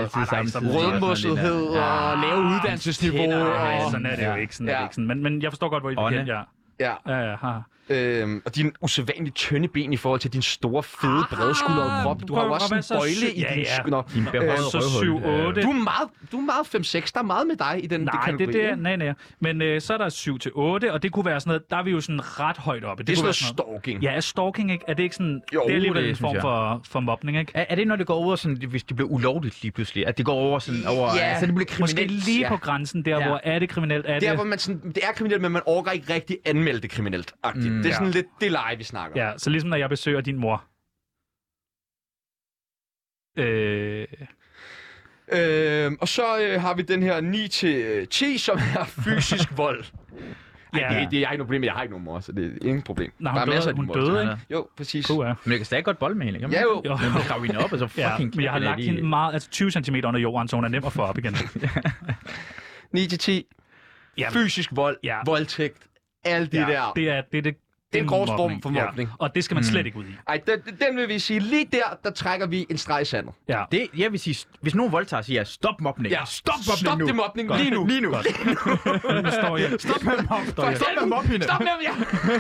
Speaker 3: rødmossethed og lave uddannelsesniveau.
Speaker 2: Nej, sådan er det jo ikke. Sådan er det ikke. Men, men jeg forstår godt, hvor I vil hen, ja.
Speaker 3: Ja.
Speaker 2: Ja, ja, har.
Speaker 3: Øhm, og dine usædvanligt tynde ben i forhold til din store, fede, bredskuldrede krop. Du har jo også en bøjle i
Speaker 2: ja,
Speaker 3: din
Speaker 2: ja.
Speaker 3: skulder.
Speaker 4: Din behøjede
Speaker 2: så
Speaker 4: røvhul.
Speaker 2: syv otte.
Speaker 3: Du er meget, du er meget fem seks. Der er meget med dig i den
Speaker 2: Nej,
Speaker 3: kategori.
Speaker 2: det, det er, nej, nej. Men øh, så er der syv til otte, og det kunne være sådan noget, der er vi jo sådan ret højt oppe.
Speaker 3: Det, det er
Speaker 2: kunne
Speaker 3: sådan noget stalking.
Speaker 2: Ja, er stalking, ikke? Er det ikke sådan,
Speaker 3: Jo,
Speaker 2: det er alligevel
Speaker 4: det
Speaker 2: en
Speaker 4: synes
Speaker 2: form
Speaker 4: jeg.
Speaker 2: for, for mobning, ikke?
Speaker 4: Er, er det, når det går over, sådan, hvis det bliver ulovligt lige pludselig? At det går over sådan over...
Speaker 3: Ja,
Speaker 4: altså, det bliver
Speaker 2: Måske
Speaker 4: kriminelt?
Speaker 2: lige
Speaker 3: ja.
Speaker 2: på grænsen der,
Speaker 4: Ja.
Speaker 2: hvor er det kriminelt? Er
Speaker 3: Det er,
Speaker 2: det...
Speaker 3: hvor man sådan, det er kriminelt, men man overgår ikke rigtig anmelde det kriminelt. Mm, det er
Speaker 2: ja.
Speaker 3: sådan lidt det leje, vi snakker om.
Speaker 2: Ja, så ligesom når jeg besøger din mor. Øh...
Speaker 3: Øhm, og så øh, har vi den her ni til ti, som er fysisk vold. Ej,
Speaker 2: Ja.
Speaker 3: det, det er ikke noget problem, jeg har ikke nogen mor, så det er ingen problem.
Speaker 2: Nå, hun
Speaker 3: Der er
Speaker 2: døde-
Speaker 3: masser af
Speaker 2: hun
Speaker 3: din
Speaker 2: døde,
Speaker 3: mor.
Speaker 2: ikke?
Speaker 3: Jo, præcis.
Speaker 2: Puh, ja.
Speaker 4: Men jeg kan stadig godt bolle med hende, ikke?
Speaker 3: Ja, jo.
Speaker 2: Jo.
Speaker 4: Men grav hende op, og så
Speaker 2: Ja,
Speaker 4: fucking...
Speaker 2: men jeg har lagt hende meget, altså tyve centimeter under jorden, så hun er nem at få op igen.
Speaker 3: ni til ti.
Speaker 2: Jamen,
Speaker 3: Fysisk vold,
Speaker 2: Ja.
Speaker 3: voldtægt, alt det
Speaker 2: ja,
Speaker 3: der.
Speaker 2: det er det, er det,
Speaker 3: Det er en grov form
Speaker 2: mobning.
Speaker 3: for mobning.
Speaker 2: Ja. Og det skal man slet ikke ud i.
Speaker 3: Ej, den, den vil vi sige, lige der, der trækker vi en streg i sandet.
Speaker 2: Ja.
Speaker 4: Det, jeg vil sige, hvis nogen voldtager, siger jeg, stop mobning.
Speaker 3: Ja,
Speaker 4: Stop mobning
Speaker 3: Stop
Speaker 4: nu.
Speaker 3: det mobning
Speaker 2: Godt.
Speaker 3: lige nu.
Speaker 4: Lige nu.
Speaker 2: Nu står jeg.
Speaker 4: Stop med mob. Stop, stop med mob hende.
Speaker 3: Stop med ja.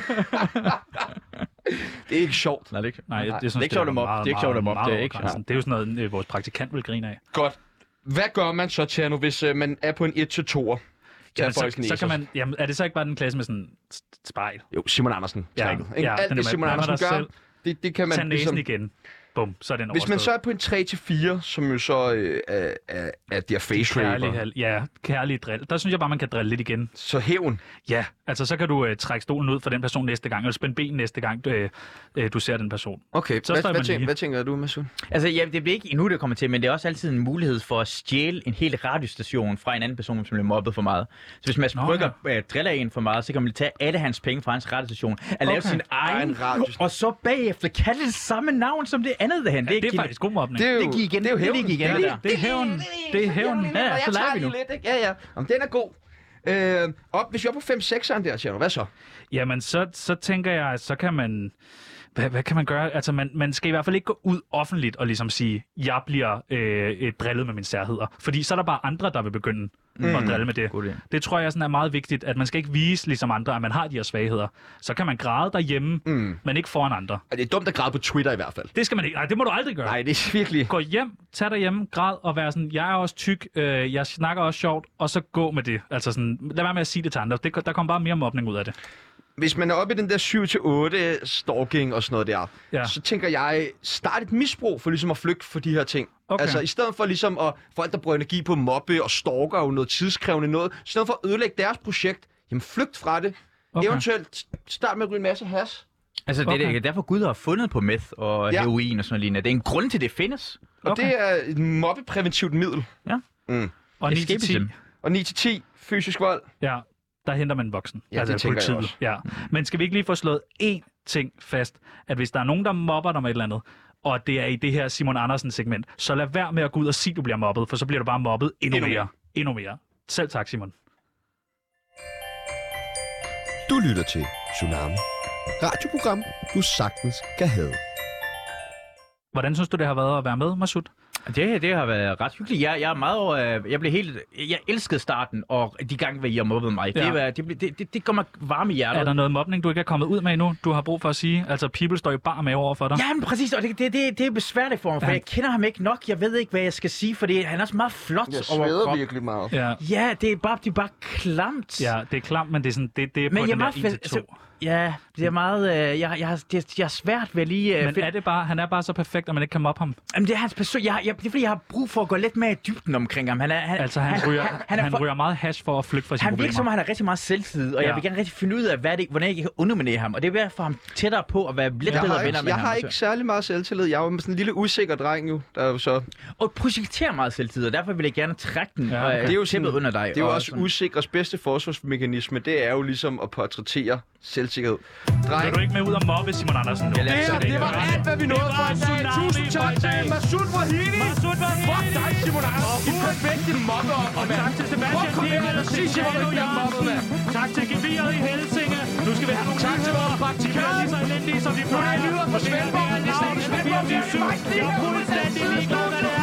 Speaker 3: Det er ikke sjovt.
Speaker 4: Nej, det er ikke.
Speaker 2: Nej, jeg, jeg synes,
Speaker 4: det er ikke sjovt at mobbe.
Speaker 2: meget,
Speaker 4: Det er ikke sjovt at
Speaker 2: meget,
Speaker 4: mobbe. Det er
Speaker 2: meget
Speaker 4: ikke
Speaker 2: overgrænsen. Det er jo sådan noget, øh, vores praktikant vil grine af.
Speaker 3: Godt. Hvad gør man så, Tjerno, hvis øh, man er på en et til toer?
Speaker 2: Jamen, så, så kan man, jamen, er det så ikke bare den klasse med sådan et spejl?
Speaker 3: Jo, Simon Andersen.
Speaker 2: Ja,
Speaker 3: Ja,
Speaker 2: ja,
Speaker 3: Alt
Speaker 2: den
Speaker 3: det,
Speaker 2: er
Speaker 3: Simon
Speaker 2: med-
Speaker 3: Andersen
Speaker 2: dig
Speaker 3: gør,
Speaker 2: selv.
Speaker 3: det, det kan man
Speaker 2: Tag næsen
Speaker 3: ligesom...
Speaker 2: igen. Bum, så er den
Speaker 3: Hvis man
Speaker 2: overstået.
Speaker 3: så er på en tre til fire, som jo så øh, er, er, er der face
Speaker 2: Kærlig,
Speaker 3: raper,
Speaker 2: hal- ja, kærlig drill. Der synes jeg bare, man kan drille lidt igen.
Speaker 3: så hævn.
Speaker 2: Ja, altså så kan du øh, trække stolen ud for den person næste gang, eller spænde ben næste gang, du, øh, øh, du ser den person.
Speaker 3: Okay,
Speaker 2: Så
Speaker 3: hvad,
Speaker 2: står
Speaker 3: hvad,
Speaker 2: man
Speaker 3: tænker,
Speaker 2: lige.
Speaker 3: hvad tænker du, Masud?
Speaker 4: Altså, ja, det bliver ikke endnu, det kommer til, men det er også altid en mulighed for at stjæle en hel radiostation fra en anden person, som bliver mobbet for meget. Så hvis Mads
Speaker 2: Nå,
Speaker 4: Brygger ja. driller en for meget, så kan man tage alle hans penge fra hans radiostation, at lave
Speaker 2: Okay.
Speaker 4: sin egen,
Speaker 3: Egen radiostation.
Speaker 4: og så bagefter kalde det samme navn som det andet derhen.
Speaker 2: Ja, det er faktisk god mobning.
Speaker 3: Det er jo,
Speaker 4: Det gik igen.
Speaker 3: Det er jo
Speaker 4: Det
Speaker 3: hævn.
Speaker 4: gik igen,
Speaker 3: Det er
Speaker 4: det
Speaker 3: lige-
Speaker 4: der.
Speaker 2: Det er hævn. Det er hævn.
Speaker 4: Ja,
Speaker 3: Ja,
Speaker 4: så
Speaker 3: så
Speaker 4: leger vi nu.
Speaker 3: Lidt, ikke? Ja, ja. Om den er god. Øh, op, hvis vi er på fem sekseren der, Tjerno, hvad så?
Speaker 2: Jamen, så, så tænker jeg, at så kan man... Hvad, hvad kan man gøre? Altså, man, man skal i hvert fald ikke gå ud offentligt og ligesom sige, jeg bliver øh, drillet med mine særheder. Fordi så er der bare andre, der vil begynde mm. at drille med det.
Speaker 4: God idé.
Speaker 2: Det tror jeg sådan er meget vigtigt, at man skal ikke vise ligesom andre, at man har de her svagheder. Så kan man græde derhjemme, mm. men ikke foran andre.
Speaker 3: Og det er dumt at græde på Twitter i hvert fald.
Speaker 2: Det skal man ikke. Nej, det må du aldrig gøre.
Speaker 3: Nej, det er virkelig...
Speaker 2: Gå hjem, tag dig hjem, græd og være sådan, jeg er også tyk, øh, jeg snakker også sjovt, og så gå med det. Altså sådan, lad være med at sige det til andre. Det, der kommer bare mere mobning ud af det.
Speaker 3: Hvis man er oppe i den der syv til otte stalking og sådan noget der,
Speaker 2: Ja.
Speaker 3: så tænker jeg, start et misbrug for ligesom at flygte for de her ting.
Speaker 2: Okay.
Speaker 3: Altså i stedet for ligesom at folk, der bruger energi på mobbe og stalker jo noget tidskrævende noget, i stedet for at ødelægge deres projekt, jamen flygt fra det.
Speaker 2: Okay.
Speaker 3: Eventuelt start med at ryge en masse has.
Speaker 4: Altså, det er
Speaker 2: Okay.
Speaker 4: det- derfor Gud har fundet på meth og
Speaker 3: Ja.
Speaker 4: heroin og sådan noget lignende. Det er en grund til, at det findes.
Speaker 3: Og
Speaker 2: Okay.
Speaker 3: det er et mobbepræventivt middel.
Speaker 4: Ja.
Speaker 3: Mm.
Speaker 2: Og ni til ti,
Speaker 4: Escapism.
Speaker 3: Og ni til ti, fysisk vold.
Speaker 2: ja, der henter man voksen.
Speaker 3: Ja,
Speaker 2: altså
Speaker 3: det tænker jeg
Speaker 2: politiet.
Speaker 3: også.
Speaker 2: Ja. Men skal vi ikke lige få slået én ting fast, at hvis der er nogen, der mobber dig med et eller andet, og det er i det her Simon Andersen-segment, så lad være med at gå ud og sige, at du bliver mobbet, for så bliver du bare mobbet endnu,
Speaker 3: Endnu
Speaker 2: mere.
Speaker 3: mere.
Speaker 2: Endnu mere. Selv tak, Simon.
Speaker 1: Du lytter til Tsunami. Radioprogram, du sagtens kan have.
Speaker 2: Hvordan synes du, det har været at være med, Masud?
Speaker 4: Det, det har været ret hyggeligt. Jeg, jeg er meget over, øh, jeg blev helt, jeg elskede starten, og de gange, hvor I har mobbet mig.
Speaker 2: Ja.
Speaker 4: Det, var, det, blev- det, det, det gør mig varm i hjertet.
Speaker 2: Er der noget mobning, du ikke er kommet ud med endnu, du har brug for at sige? Altså, people står jo bare med over for dig.
Speaker 4: Ja, men præcis, og det, det, det, det er besværligt for mig, for
Speaker 2: Ja.
Speaker 4: jeg kender ham ikke nok. Jeg ved ikke, hvad jeg skal sige, for han er så meget flot
Speaker 3: Jeg
Speaker 4: over
Speaker 3: sveder
Speaker 4: krop.
Speaker 3: virkelig meget.
Speaker 2: Ja,
Speaker 4: Ja, det er bare, det er bare klamt.
Speaker 2: ja, det er klamt, men det er, sådan, det, det er
Speaker 4: Men
Speaker 2: på
Speaker 4: jeg er
Speaker 2: den der
Speaker 4: meget
Speaker 2: en
Speaker 4: fe-
Speaker 2: til
Speaker 4: altså,
Speaker 2: to.
Speaker 4: Ja, det er meget, øh, jeg, jeg, har- det, jeg er svært ved at lige... Øh,
Speaker 2: Men
Speaker 4: finde-
Speaker 2: er det bare, han er bare så perfekt, at man ikke kan mobbe ham?
Speaker 4: Jamen, det er hans person. Jeg, jeg, det er fordi, jeg har brug for at gå lidt mere i dybden omkring ham. Han, er, han,
Speaker 2: Altså, han, ryger, han,
Speaker 4: han, er
Speaker 2: han
Speaker 4: for-
Speaker 2: ryger meget hash for at flygte fra sine
Speaker 4: Han virker
Speaker 2: problemer.
Speaker 4: som om, han har rigtig meget selvtillid, og
Speaker 2: Ja.
Speaker 4: jeg vil gerne rigtig finde ud af, hvad det, hvordan jeg kan underminere ham. Og det er ved at få ham tættere på at være lidt
Speaker 3: Jeg
Speaker 4: bedre
Speaker 3: har,
Speaker 4: venner
Speaker 3: ikke,
Speaker 4: med
Speaker 3: jeg
Speaker 4: ham.
Speaker 3: har ikke særlig meget selvtillid. Jeg er jo sådan en lille usikker dreng jo, der er jo så...
Speaker 4: Og projekterer meget selvtillid, og derfor vil jeg gerne trække den
Speaker 2: Ja,
Speaker 4: ja,
Speaker 2: okay.
Speaker 4: okay.
Speaker 3: Det er jo
Speaker 4: tæppet
Speaker 3: sådan,
Speaker 4: under dig.
Speaker 3: Det er jo
Speaker 4: og
Speaker 3: også
Speaker 4: sådan.
Speaker 3: usikres bedste forsvarsmekanisme. Det er jo ligesom at portrættere selvsikkerhed. Dreng,
Speaker 2: Vil du ikke med ud og mobbe Simon Andersen nu?
Speaker 4: Ja, lad os
Speaker 3: det,
Speaker 4: se
Speaker 3: det var alt, hvad vi nåede for i dag. Tusind tak til Masud Wahidi.
Speaker 2: Masud Wahidi.
Speaker 3: Fuck dig, Simon Andersen. Din perfekte mobber.
Speaker 2: Og tak til Sebastian Diel og
Speaker 3: Præcis, hvor du bliver mobbet, mand.
Speaker 2: Tak til Geviret i Helsinge. Nu skal vi have nogle
Speaker 3: Tak til vores
Speaker 2: nyheder.
Speaker 3: praktikant.
Speaker 2: De er lige så elendige, som de plejer.
Speaker 3: nyheder fra
Speaker 2: Og det her, det er
Speaker 3: Svendborg.
Speaker 2: Listening fireogfirs syv. Jeg er fuldstændig ligeglad, hvad det er.